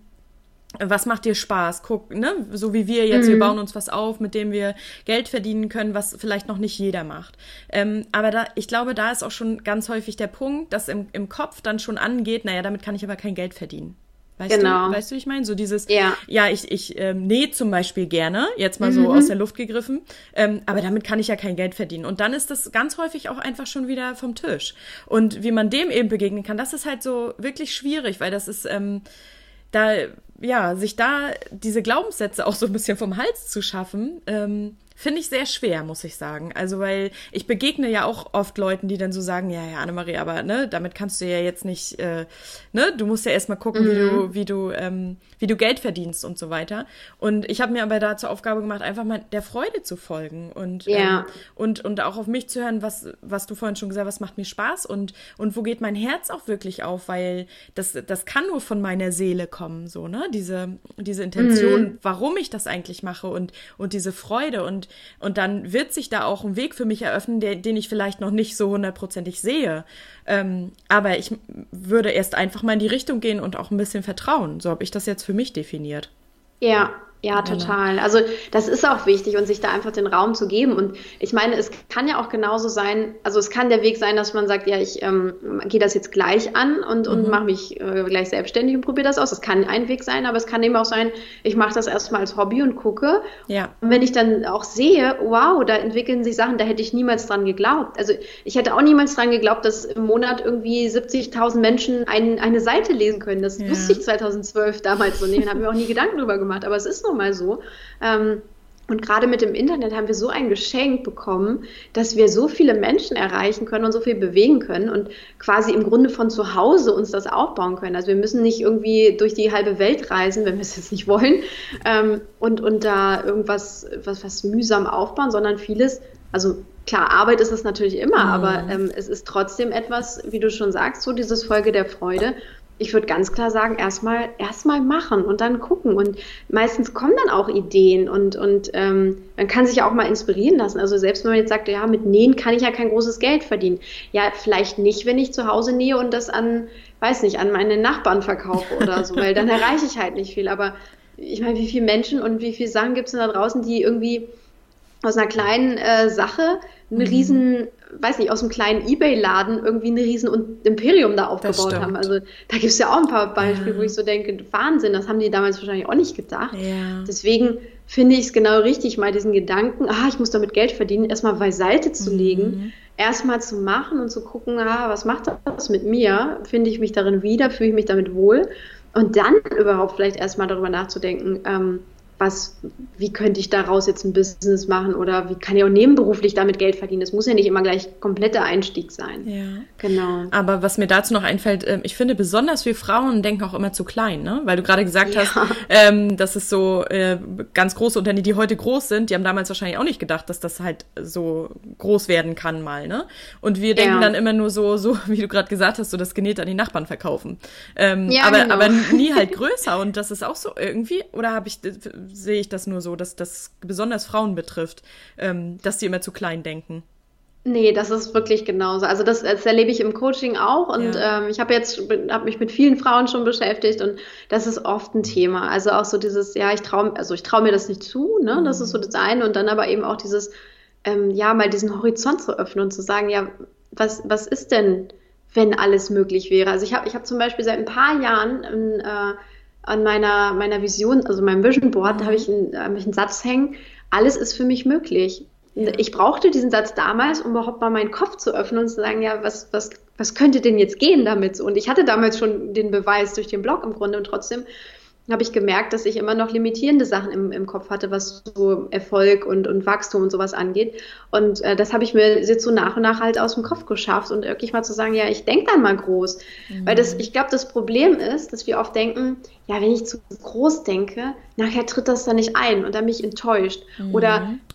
was macht dir Spaß? Guck, ne, so wie wir jetzt, mhm. wir bauen uns was auf, mit dem wir Geld verdienen können, was vielleicht noch nicht jeder macht. Ähm, aber da, ich glaube, da ist auch schon ganz häufig der Punkt, dass im, im Kopf dann schon angeht, naja, damit kann ich aber kein Geld verdienen. Weißt genau. du, weißt du, wie ich meine? So dieses, ja, ja ich, ich ähm, nähe zum Beispiel gerne, jetzt mal so mhm. aus der Luft gegriffen, ähm, aber damit kann ich ja kein Geld verdienen. Und dann ist das ganz häufig auch einfach schon wieder vom Tisch. Und wie man dem eben begegnen kann, das ist halt so wirklich schwierig, weil das ist, ähm, da, ja, sich da diese Glaubenssätze auch so ein bisschen vom Hals zu schaffen, ähm, finde ich sehr schwer, muss ich sagen. Also, weil ich begegne ja auch oft Leuten, die dann so sagen, ja, ja, Annemarie, aber ne, damit kannst du ja jetzt nicht, äh, ne, du musst ja erstmal gucken, mhm. wie du, wie du, ähm, wie du Geld verdienst und so weiter. Und ich habe mir aber da zur Aufgabe gemacht, einfach mal der Freude zu folgen und, ja. ähm, und, und auch auf mich zu hören, was, was du vorhin schon gesagt hast, was macht mir Spaß und, und wo geht mein Herz auch wirklich auf, weil das, das kann nur von meiner Seele kommen, so, ne, diese, diese Intention, mhm. warum ich das eigentlich mache und, und diese Freude und Und dann wird sich da auch ein Weg für mich eröffnen, der, den ich vielleicht noch nicht so hundertprozentig sehe. Ähm, aber ich würde erst einfach mal in die Richtung gehen und auch ein bisschen vertrauen. So habe ich das jetzt für mich definiert. Ja, ja, total. Also das ist auch wichtig und sich da einfach den Raum zu geben. Und ich meine, es kann ja auch genauso sein, also es kann der Weg sein, dass man sagt, ja, ich ähm, gehe das jetzt gleich an und, und mhm. mache mich äh, gleich selbstständig und probiere das aus. Das kann ein Weg sein, aber es kann eben auch sein, ich mache das erstmal als Hobby und gucke. Ja. Und wenn ich dann auch sehe, wow, da entwickeln sich Sachen, da hätte ich niemals dran geglaubt. Also ich hätte auch niemals dran geglaubt, dass im Monat irgendwie siebzigtausend Menschen ein, eine Seite lesen können. Das ja. wusste ich zweitausendzwölf damals so nicht und habe mir auch nie Gedanken drüber gemacht. Aber es ist nun mal so. Ähm, und gerade mit dem Internet haben wir so ein Geschenk bekommen, dass wir so viele Menschen erreichen können und so viel bewegen können und quasi im Grunde von zu Hause uns das aufbauen können. Also wir müssen nicht irgendwie durch die halbe Welt reisen, wenn wir es jetzt nicht wollen, ähm, und, und da irgendwas was, was mühsam aufbauen, sondern vieles, also klar, Arbeit ist es natürlich immer, mhm. aber ähm, es ist trotzdem etwas, wie du schon sagst, so dieses Folge der Freude. Ich würde ganz klar sagen, erstmal erstmal machen und dann gucken. Und meistens kommen dann auch Ideen und, und ähm, man kann sich ja auch mal inspirieren lassen. Also selbst wenn man jetzt sagt, ja, mit Nähen kann ich ja kein großes Geld verdienen. Ja, vielleicht nicht, wenn ich zu Hause nähe und das an, weiß nicht, an meine Nachbarn verkaufe oder so, weil dann erreiche ich halt nicht viel. Aber ich meine, wie viele Menschen und wie viele Sachen gibt es denn da draußen, die irgendwie aus einer kleinen äh, Sache einen riesen, weiß nicht, aus einem kleinen Ebay-Laden irgendwie ein riesen Imperium da aufgebaut haben. Also da gibt es ja auch ein paar Beispiele, ja. wo ich so denke, Wahnsinn, das haben die damals wahrscheinlich auch nicht gedacht. Ja. Deswegen finde ich es genau richtig, mal diesen Gedanken, ah, ich muss damit Geld verdienen, erstmal beiseite zu legen, mhm. erstmal zu machen und zu gucken, ah, was macht das mit mir? Finde ich mich darin wieder? Fühle ich mich damit wohl? Und dann überhaupt vielleicht erstmal darüber nachzudenken, ähm, was, wie könnte ich daraus jetzt ein Business machen oder wie kann ich auch nebenberuflich damit Geld verdienen? Das muss ja nicht immer gleich kompletter Einstieg sein. Ja. Genau. Aber was mir dazu noch einfällt, ich finde besonders wir Frauen denken auch immer zu klein, ne? Weil du gerade gesagt ja. hast, ähm, dass es so äh, ganz große Unternehmen, die heute groß sind, die haben damals wahrscheinlich auch nicht gedacht, dass das halt so groß werden kann mal, ne? Und wir denken ja. dann immer nur so, so wie du gerade gesagt hast, so das Genähte an die Nachbarn verkaufen. Ähm, ja, aber, genau. aber nie halt größer und das ist auch so irgendwie, oder habe ich sehe ich das nur so, dass das besonders Frauen betrifft, ähm, dass die immer zu klein denken. Nee, das ist wirklich genauso. Also das, das erlebe ich im Coaching auch und ja. ähm, ich habe jetzt habe mich mit vielen Frauen schon beschäftigt und das ist oft ein Thema. Also auch so dieses, ja, ich traue also ich traue mir das nicht zu, ne? Mhm. Das ist so das eine und dann aber eben auch dieses, ähm, ja, mal diesen Horizont zu öffnen und zu sagen, ja, was was ist denn, wenn alles möglich wäre? Also ich habe ich habe zum Beispiel seit ein paar Jahren ein, äh, an meiner, meiner Vision, also meinem Vision Board, da habe ich, einen, hab ich einen Satz hängen, alles ist für mich möglich. Ja. Ich brauchte diesen Satz damals, um überhaupt mal meinen Kopf zu öffnen und zu sagen, ja, was, was, was könnte denn jetzt gehen damit? Und ich hatte damals schon den Beweis durch den Blog im Grunde und trotzdem habe ich gemerkt, dass ich immer noch limitierende Sachen im, im Kopf hatte, was so Erfolg und, und Wachstum und sowas angeht. Und äh, das habe ich mir jetzt so nach und nach halt aus dem Kopf geschafft und wirklich mal zu sagen, ja, ich denke dann mal groß. Mhm. Weil das, ich glaube, das Problem ist, dass wir oft denken, ja, wenn ich zu groß denke, nachher tritt das dann nicht ein und dann bin ich enttäuscht. Mhm. Oder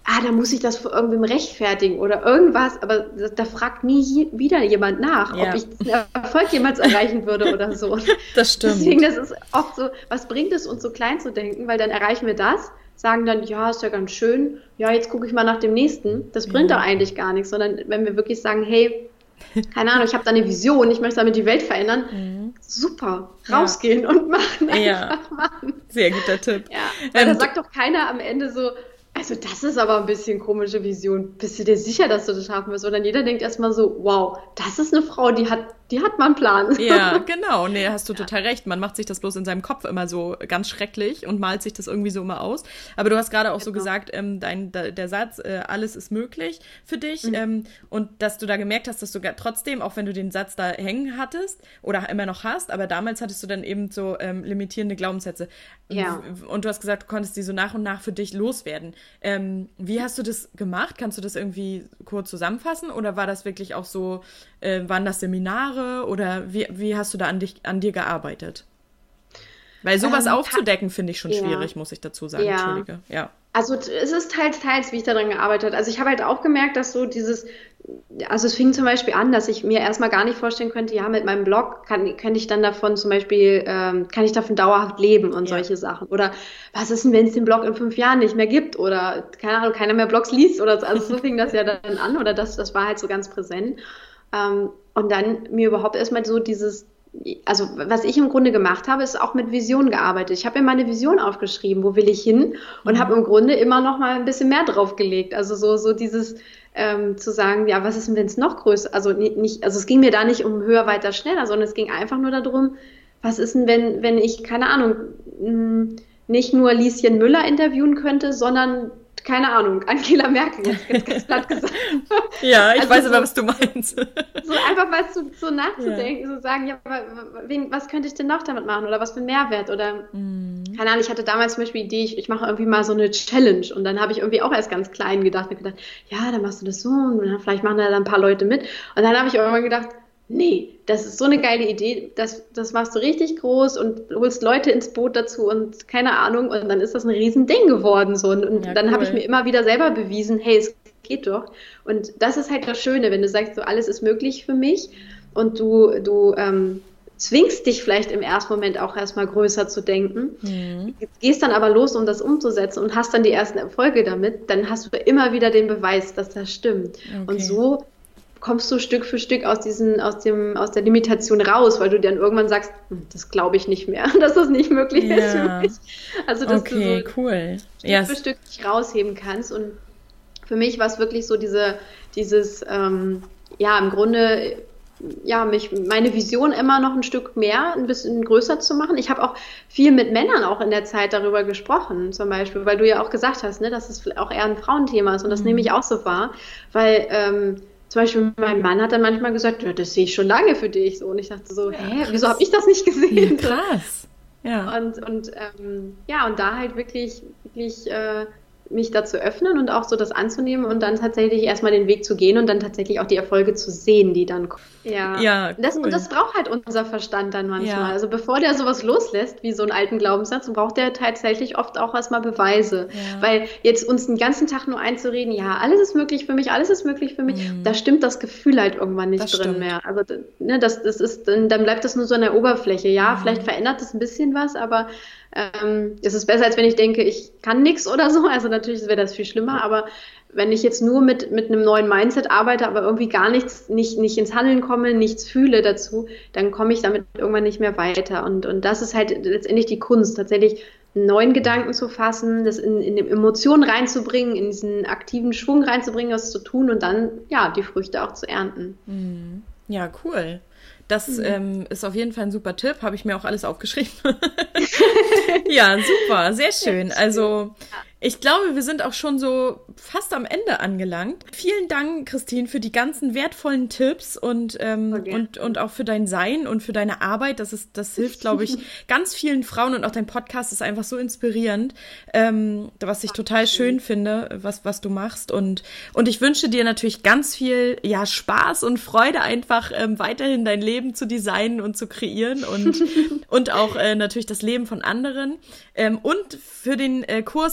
ah, da muss ich das vor irgendwem rechtfertigen oder irgendwas, aber da, da fragt nie wieder jemand nach, ja. ob ich den Erfolg jemals erreichen würde oder so. Das stimmt. Deswegen, das ist oft so, was bringt es uns so klein zu denken, weil dann erreichen wir das, sagen dann, ja, ist ja ganz schön, ja, jetzt gucke ich mal nach dem nächsten. Das bringt ja. doch eigentlich gar nichts, sondern wenn wir wirklich sagen, hey, keine Ahnung, ich habe da eine Vision, ich möchte damit die Welt verändern, mhm. super, rausgehen ja. und machen, einfach ja. machen. Sehr guter Tipp. Ja, weil ähm, da sagt doch keiner am Ende so, also das ist aber ein bisschen komische Vision. Bist du dir sicher, dass du das schaffen wirst? Oder jeder denkt erstmal so, wow, das ist eine Frau, die hat, die hat mal einen Plan. Ja, genau. Nee, hast du ja. total recht. Man macht sich das bloß in seinem Kopf immer so ganz schrecklich und malt sich das irgendwie so immer aus. Aber du hast gerade auch genau. so gesagt, ähm, dein, der, der Satz, äh, alles ist möglich für dich. Mhm. Ähm, und dass du da gemerkt hast, dass du trotzdem, auch wenn du den Satz da hängen hattest oder immer noch hast, aber damals hattest du dann eben so ähm, limitierende Glaubenssätze. Ja. Und du hast gesagt, du konntest die so nach und nach für dich loswerden. Ähm, wie hast du das gemacht? Kannst du das irgendwie kurz zusammenfassen? Oder war das wirklich auch so, äh, waren das Seminare? Oder wie, wie hast du da an, dich, an dir gearbeitet? Weil sowas ähm, aufzudecken, finde ich schon ja. schwierig, muss ich dazu sagen. Ja. Entschuldige. Ja. Also es ist teils, teils, wie ich daran gearbeitet habe. Also ich habe halt auch gemerkt, dass so dieses, also es fing zum Beispiel an, dass ich mir erstmal gar nicht vorstellen könnte, ja, mit meinem Blog kann, kann ich dann davon zum Beispiel, ähm, kann ich davon dauerhaft leben und ja. solche Sachen. Oder was ist denn, wenn es den Blog in fünf Jahren nicht mehr gibt? Oder, keine Ahnung, keiner mehr Blogs liest oder so. Also so fing das ja dann an oder das, das war halt so ganz präsent. Ähm, und dann mir überhaupt erstmal so dieses, also was ich im Grunde gemacht habe, ist auch mit Visionen gearbeitet. Ich habe mir meine Vision aufgeschrieben, wo will ich hin und mhm. habe im Grunde immer noch mal ein bisschen mehr draufgelegt. Also so, so dieses ähm, zu sagen, ja, was ist denn, wenn es noch größer, also nicht, also es ging mir da nicht um höher, weiter, schneller, sondern es ging einfach nur darum, was ist denn, wenn, wenn ich, keine Ahnung, mh, nicht nur Lieschen Müller interviewen könnte, sondern keine Ahnung, Angela Merkel, jetzt ganz, ganz platt gesagt. Ja, ich also weiß so, aber, was du meinst. So einfach mal so, so nachzudenken, ja. so sagen, ja, wen, was könnte ich denn noch damit machen oder was für einen Mehrwert oder, mm. keine Ahnung, ich hatte damals zum Beispiel die Idee, ich, ich mache irgendwie mal so eine Challenge und dann habe ich irgendwie auch erst ganz klein gedacht und gedacht, ja, dann machst du das so und dann, vielleicht machen da dann ein paar Leute mit und dann habe ich irgendwann gedacht, nee, das ist so eine geile Idee, das, das machst du richtig groß und holst Leute ins Boot dazu und keine Ahnung und dann ist das ein Riesending geworden so und, und ja, dann cool. habe ich mir immer wieder selber bewiesen, hey, es geht doch und das ist halt das Schöne, wenn du sagst, so alles ist möglich für mich und du, du ähm, zwingst dich vielleicht im ersten Moment auch erstmal größer zu denken, mhm. gehst dann aber los, um das umzusetzen und hast dann die ersten Erfolge damit, dann hast du immer wieder den Beweis, dass das stimmt okay. und so kommst du Stück für Stück aus diesen, aus dem, aus der Limitation raus, weil du dann irgendwann sagst, das glaube ich nicht mehr, dass das nicht möglich ja. ist für mich. Also dass okay, du so cool. Stück yes. für Stück dich rausheben kannst. Und für mich war es wirklich so diese, dieses, ähm, ja, im Grunde, ja, mich, meine Vision immer noch ein Stück mehr, ein bisschen größer zu machen. Ich habe auch viel mit Männern auch in der Zeit darüber gesprochen, zum Beispiel, weil du ja auch gesagt hast, ne, dass es auch eher ein Frauenthema ist und das mhm. nehme ich auch so wahr, weil, ähm, zum Beispiel mein Mann hat dann manchmal gesagt, ja, das sehe ich schon lange für dich. So. Und ich dachte so, hä, wieso habe ich das nicht gesehen? Ja, krass. Ja. Und, und ähm, ja, und da halt wirklich, wirklich äh, mich dazu öffnen und auch so das anzunehmen und dann tatsächlich erstmal den Weg zu gehen und dann tatsächlich auch die Erfolge zu sehen, die dann kommen. Ja, ja cool. das, und das braucht halt unser Verstand dann manchmal. Ja. Also bevor der sowas loslässt, wie so einen alten Glaubenssatz, braucht der tatsächlich oft auch erstmal Beweise. Ja. Weil jetzt uns den ganzen Tag nur einzureden, ja, alles ist möglich für mich, alles ist möglich für mich, mhm. da stimmt das Gefühl halt irgendwann nicht das drin stimmt. mehr. Also ne, das, das ist, dann bleibt das nur so an der Oberfläche. Ja, mhm. vielleicht verändert das ein bisschen was, aber ähm, es ist besser, als wenn ich denke, ich kann nichts oder so. Also natürlich wäre das viel schlimmer, aber wenn ich jetzt nur mit, mit einem neuen Mindset arbeite, aber irgendwie gar nichts, nicht, nicht ins Handeln komme, nichts fühle dazu, dann komme ich damit irgendwann nicht mehr weiter. Und, und das ist halt letztendlich die Kunst, tatsächlich einen neuen Gedanken zu fassen, das in, in Emotionen reinzubringen, in diesen aktiven Schwung reinzubringen, was zu tun und dann, ja, die Früchte auch zu ernten. Ja, cool. Das mhm. ähm, ist auf jeden Fall ein super Tipp, habe ich mir auch alles aufgeschrieben. Ja, super, sehr schön. Also ich glaube, wir sind auch schon so fast am Ende angelangt. Vielen Dank, Christine, für die ganzen wertvollen Tipps und, ähm, okay. und, und auch für dein Sein und für deine Arbeit. Das ist, das hilft, glaube ich, ganz vielen Frauen und auch dein Podcast ist einfach so inspirierend, ähm, was ich total schön finde, was, was du machst. Und, und ich wünsche dir natürlich ganz viel, ja, Spaß und Freude einfach ähm, weiterhin dein Leben zu designen und zu kreieren und, und auch äh, natürlich das Leben von anderen. Ähm, und für den äh, Kurs, der ja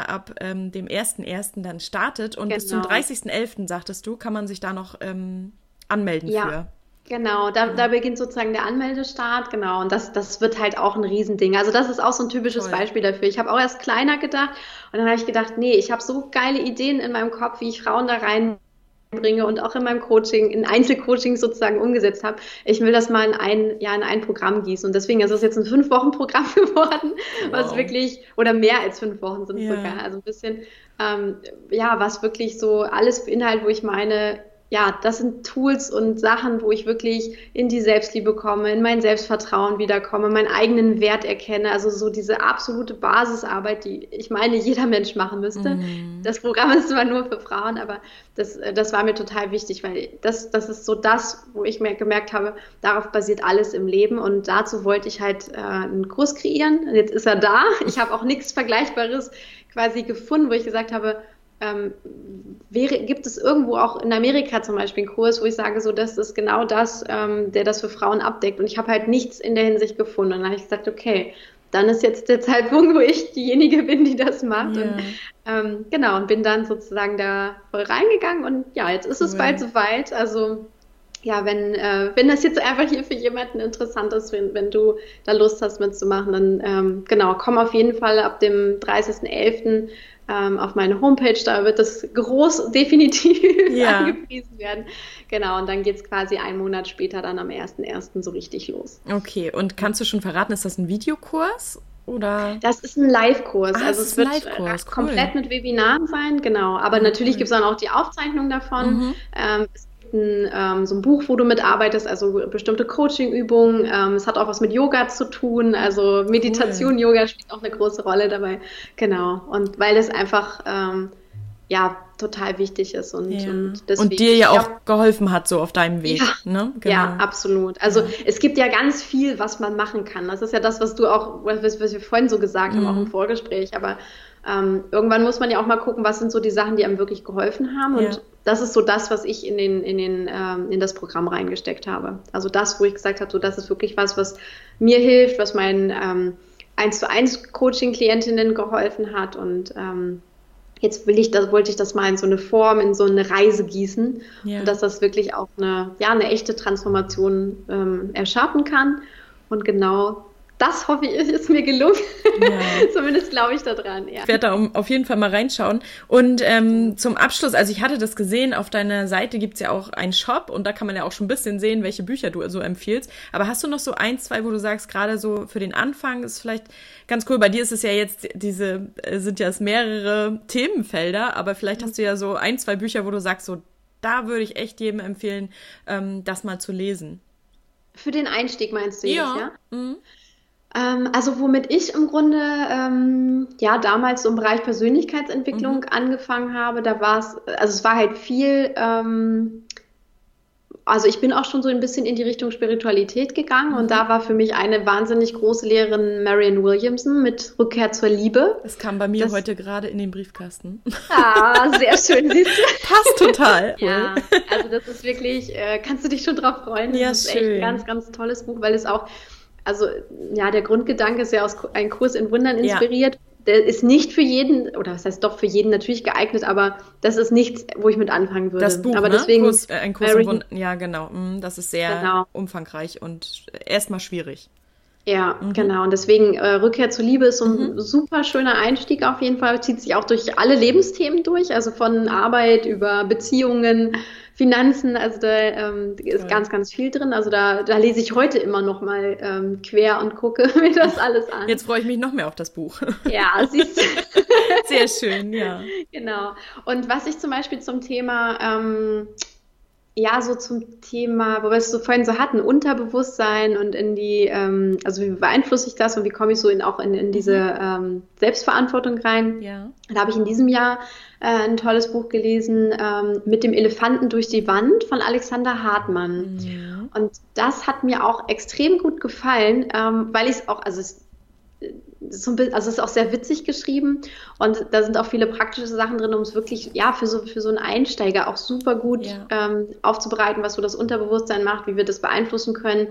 ja ab ähm, dem ersten ersten dann startet und genau. bis zum dreißigsten elften sagtest du, kann man sich da noch ähm, anmelden ja. für. Genau, da, ja. da beginnt sozusagen der Anmeldestart, genau, und das, das wird halt auch ein Riesending. Also das ist auch so ein typisches Toll. Beispiel dafür. Ich habe auch erst kleiner gedacht und dann habe ich gedacht, nee, ich habe so geile Ideen in meinem Kopf, wie ich Frauen da reinbringe und auch in meinem Coaching, in Einzelcoaching sozusagen umgesetzt habe. Ich will das mal in ein, ja, in ein Programm gießen und deswegen ist es jetzt ein Fünf-Wochen-Programm geworden, wow. was wirklich, oder mehr als fünf Wochen sind ja. sogar, also ein bisschen, ähm, ja, was wirklich so alles beinhaltet, wo ich meine, ja, das sind Tools und Sachen, wo ich wirklich in die Selbstliebe komme, in mein Selbstvertrauen wiederkomme, meinen eigenen Wert erkenne. Also so diese absolute Basisarbeit, die ich meine, jeder Mensch machen müsste. Mm. Das Programm ist zwar nur für Frauen, aber das, das war mir total wichtig, weil das, das ist so das, wo ich mir gemerkt habe, darauf basiert alles im Leben und dazu wollte ich halt äh, einen Kurs kreieren. Jetzt ist er da. Ich habe auch nichts Vergleichbares quasi gefunden, wo ich gesagt habe, Ähm, wäre, gibt es irgendwo auch in Amerika zum Beispiel einen Kurs, wo ich sage, so, das ist genau das, ähm, der das für Frauen abdeckt. Und ich habe halt nichts in der Hinsicht gefunden. Und dann habe ich gesagt, okay, dann ist jetzt der Zeitpunkt, wo ich diejenige bin, die das macht. Yeah. Und ähm, genau, und bin dann sozusagen da voll reingegangen. Und ja, jetzt ist es cool. bald soweit. Also ja, wenn, äh, wenn das jetzt einfach hier für jemanden interessant ist, wenn, wenn du da Lust hast mitzumachen, dann ähm, genau, komm auf jeden Fall ab dem dreißigsten elften auf meine Homepage, da wird das groß definitiv ja. angepriesen werden. Genau, und dann geht es quasi einen Monat später dann am ersten ersten so richtig los. Okay, und kannst du schon verraten, ist das ein Videokurs? Oder? Das ist ein Live-Kurs. Ah, also es wird Live-Kurs. Cool. komplett mit Webinaren sein, genau. Aber mhm. natürlich gibt es dann auch die Aufzeichnung davon. Mhm. Ähm, es Ein, ähm, so ein Buch, wo du mitarbeitest, also bestimmte Coaching-Übungen. Ähm, es hat auch was mit Yoga zu tun, also Meditation, cool. Yoga spielt auch eine große Rolle dabei. Genau. Und weil es einfach ähm, ja total wichtig ist und, ja. und deswegen. Und dir ja auch ja, geholfen hat, so auf deinem Weg. Ja, ne? Genau. ja absolut. Also ja. es gibt ja ganz viel, was man machen kann. Das ist ja das, was du auch, was, was wir vorhin so gesagt mhm. haben, auch im Vorgespräch. Aber ähm, irgendwann muss man ja auch mal gucken, was sind so die Sachen, die einem wirklich geholfen haben. Und ja. das ist so das, was ich in den, in den, ähm, in das Programm reingesteckt habe. Also das, wo ich gesagt habe, so das ist wirklich was, was mir hilft, was meinen ähm, eins zu eins Coaching-Klientinnen geholfen hat. Und ähm, jetzt will ich das, wollte ich das mal in so eine Form, in so eine Reise gießen. Ja. Und dass das wirklich auch eine, ja, eine echte Transformation ähm, erschaffen kann. Und genau das, hoffe ich, ist mir gelungen. Ja. Zumindest glaube ich da dran. Ja. Ich werde da auf jeden Fall mal reinschauen. Und ähm, zum Abschluss, also ich hatte das gesehen, auf deiner Seite gibt es ja auch einen Shop und da kann man ja auch schon ein bisschen sehen, welche Bücher du so empfiehlst. Aber hast du noch so ein, zwei, wo du sagst, gerade so für den Anfang ist vielleicht ganz cool. Bei dir ist es ja jetzt, diese sind ja es mehrere Themenfelder, aber vielleicht mhm. hast du ja so ein, zwei Bücher, wo du sagst, so da würde ich echt jedem empfehlen, ähm, das mal zu lesen. Für den Einstieg meinst du ja. jetzt, ja? Mhm. Ähm, also womit ich im Grunde ähm, ja damals so im Bereich Persönlichkeitsentwicklung mhm. angefangen habe, da war es, also es war halt viel, ähm, also ich bin auch schon so ein bisschen in die Richtung Spiritualität gegangen mhm. und da war für mich eine wahnsinnig große Lehrerin Marianne Williamson mit Rückkehr zur Liebe. Das kam bei mir das, heute gerade in den Briefkasten. Ah, sehr schön, siehst du. Passt total. Ja, also das ist wirklich, äh, kannst du dich schon drauf freuen. Ja, das ist schön. echt ein ganz, ganz tolles Buch, weil es auch Also, ja, der Grundgedanke ist ja aus ein Kurs in Wundern inspiriert. Ja. Der ist nicht für jeden, oder was heißt doch für jeden natürlich geeignet, aber das ist nichts, wo ich mit anfangen würde. Das Buch, aber ne? deswegen Kurs, äh, ein Kurs in Wundern, ja, genau. Das ist sehr genau. umfangreich und erstmal schwierig. Ja, mhm. genau. Und deswegen äh, Rückkehr zur Liebe ist so ein mhm. super schöner Einstieg auf jeden Fall. Zieht sich auch durch alle Lebensthemen durch, also von Arbeit über Beziehungen, Finanzen, also da ähm, ist ganz, ganz viel drin. Also da, da lese ich heute immer noch mal ähm, quer und gucke mir das alles an. Jetzt freue ich mich noch mehr auf das Buch. Ja, siehst du. Sehr schön, ja. Genau. Und was ich zum Beispiel zum Thema, ähm, ja, so zum Thema, wo wir es so vorhin so hatten, Unterbewusstsein und in die, ähm, also wie beeinflusse ich das und wie komme ich so in, auch in, in diese ähm, Selbstverantwortung rein? Ja. Da habe ich in diesem Jahr äh, ein tolles Buch gelesen, ähm, mit dem Elefanten durch die Wand von Alexander Hartmann. Ja. Und das hat mir auch extrem gut gefallen, ähm, weil ich es auch, also es So ein bisschen, also es ist auch sehr witzig geschrieben und da sind auch viele praktische Sachen drin, um es wirklich, ja, für so, für so einen Einsteiger auch super gut ja. ähm, aufzubereiten, was so das Unterbewusstsein macht, wie wir das beeinflussen können,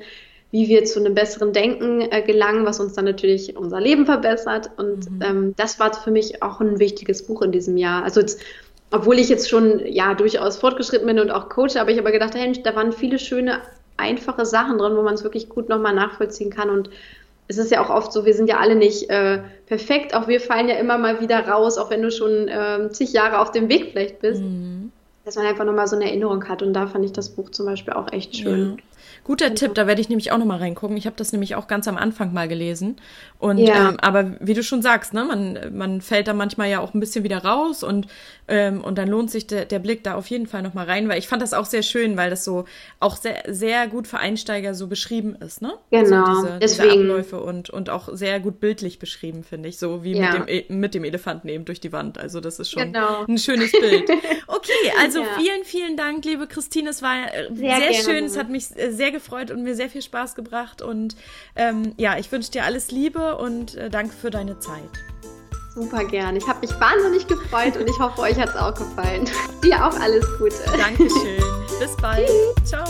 wie wir zu einem besseren Denken äh, gelangen, was uns dann natürlich unser Leben verbessert. Und mhm. ähm, das war für mich auch ein wichtiges Buch in diesem Jahr. Also jetzt, obwohl ich jetzt schon ja durchaus fortgeschritten bin und auch coache, habe ich aber gedacht, hey, da waren viele schöne, einfache Sachen drin, wo man es wirklich gut nochmal nachvollziehen kann. Und es ist ja auch oft so, wir sind ja alle nicht äh, perfekt, auch wir fallen ja immer mal wieder raus, auch wenn du schon äh, zig Jahre auf dem Weg vielleicht bist, mhm. dass man einfach nochmal so eine Erinnerung hat. Und da fand ich das Buch zum Beispiel auch echt schön. Ja. Guter ja. Tipp, da werde ich nämlich auch nochmal reingucken. Ich habe das nämlich auch ganz am Anfang mal gelesen. Und ja. ähm, aber wie du schon sagst, ne, man, man fällt da manchmal ja auch ein bisschen wieder raus und, ähm, und dann lohnt sich de, der Blick da auf jeden Fall nochmal rein, weil ich fand das auch sehr schön, weil das so auch sehr, sehr gut für Einsteiger so beschrieben ist, ne? Genau, so diese, deswegen. Diese Abläufe und, und auch sehr gut bildlich beschrieben, finde ich. So wie ja. mit, dem, mit dem Elefanten eben durch die Wand. Also das ist schon genau. ein schönes Bild. Okay, also ja. vielen, vielen Dank, liebe Christine. Es war sehr, sehr schön. Es hat mich sehr gefreut und mir sehr viel Spaß gebracht und ähm, ja, ich wünsche dir alles Liebe und äh, danke für deine Zeit. Super gern. Ich habe mich wahnsinnig gefreut und ich hoffe, euch hat es auch gefallen. Dir auch alles Gute. Dankeschön. Bis bald. Ciao.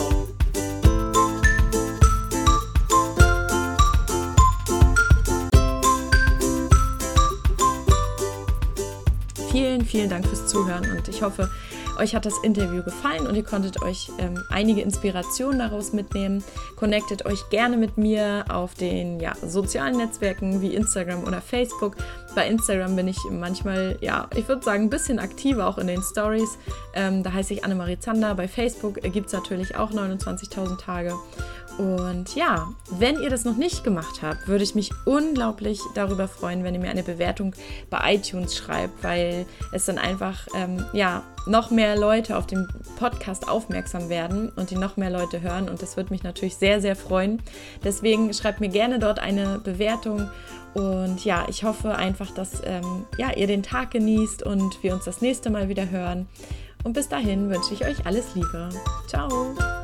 Vielen, vielen Dank fürs Zuhören und ich hoffe, euch hat das Interview gefallen und ihr konntet euch ähm, einige Inspirationen daraus mitnehmen. Connectet euch gerne mit mir auf den ja, sozialen Netzwerken wie Instagram oder Facebook. Bei Instagram bin ich manchmal, ja, ich würde sagen, ein bisschen aktiver auch in den Stories. Ähm, da heiße ich Annemarie Zander. Bei Facebook gibt es natürlich auch neunundzwanzigtausend Tage. Und ja, wenn ihr das noch nicht gemacht habt, würde ich mich unglaublich darüber freuen, wenn ihr mir eine Bewertung bei iTunes schreibt, weil es dann einfach, ähm, ja, noch mehr Leute auf den Podcast aufmerksam werden und die noch mehr Leute hören und das würde mich natürlich sehr, sehr freuen. Deswegen schreibt mir gerne dort eine Bewertung und ja, ich hoffe einfach, dass ähm, ja, ihr den Tag genießt und wir uns das nächste Mal wieder hören. Und bis dahin wünsche ich euch alles Liebe. Ciao!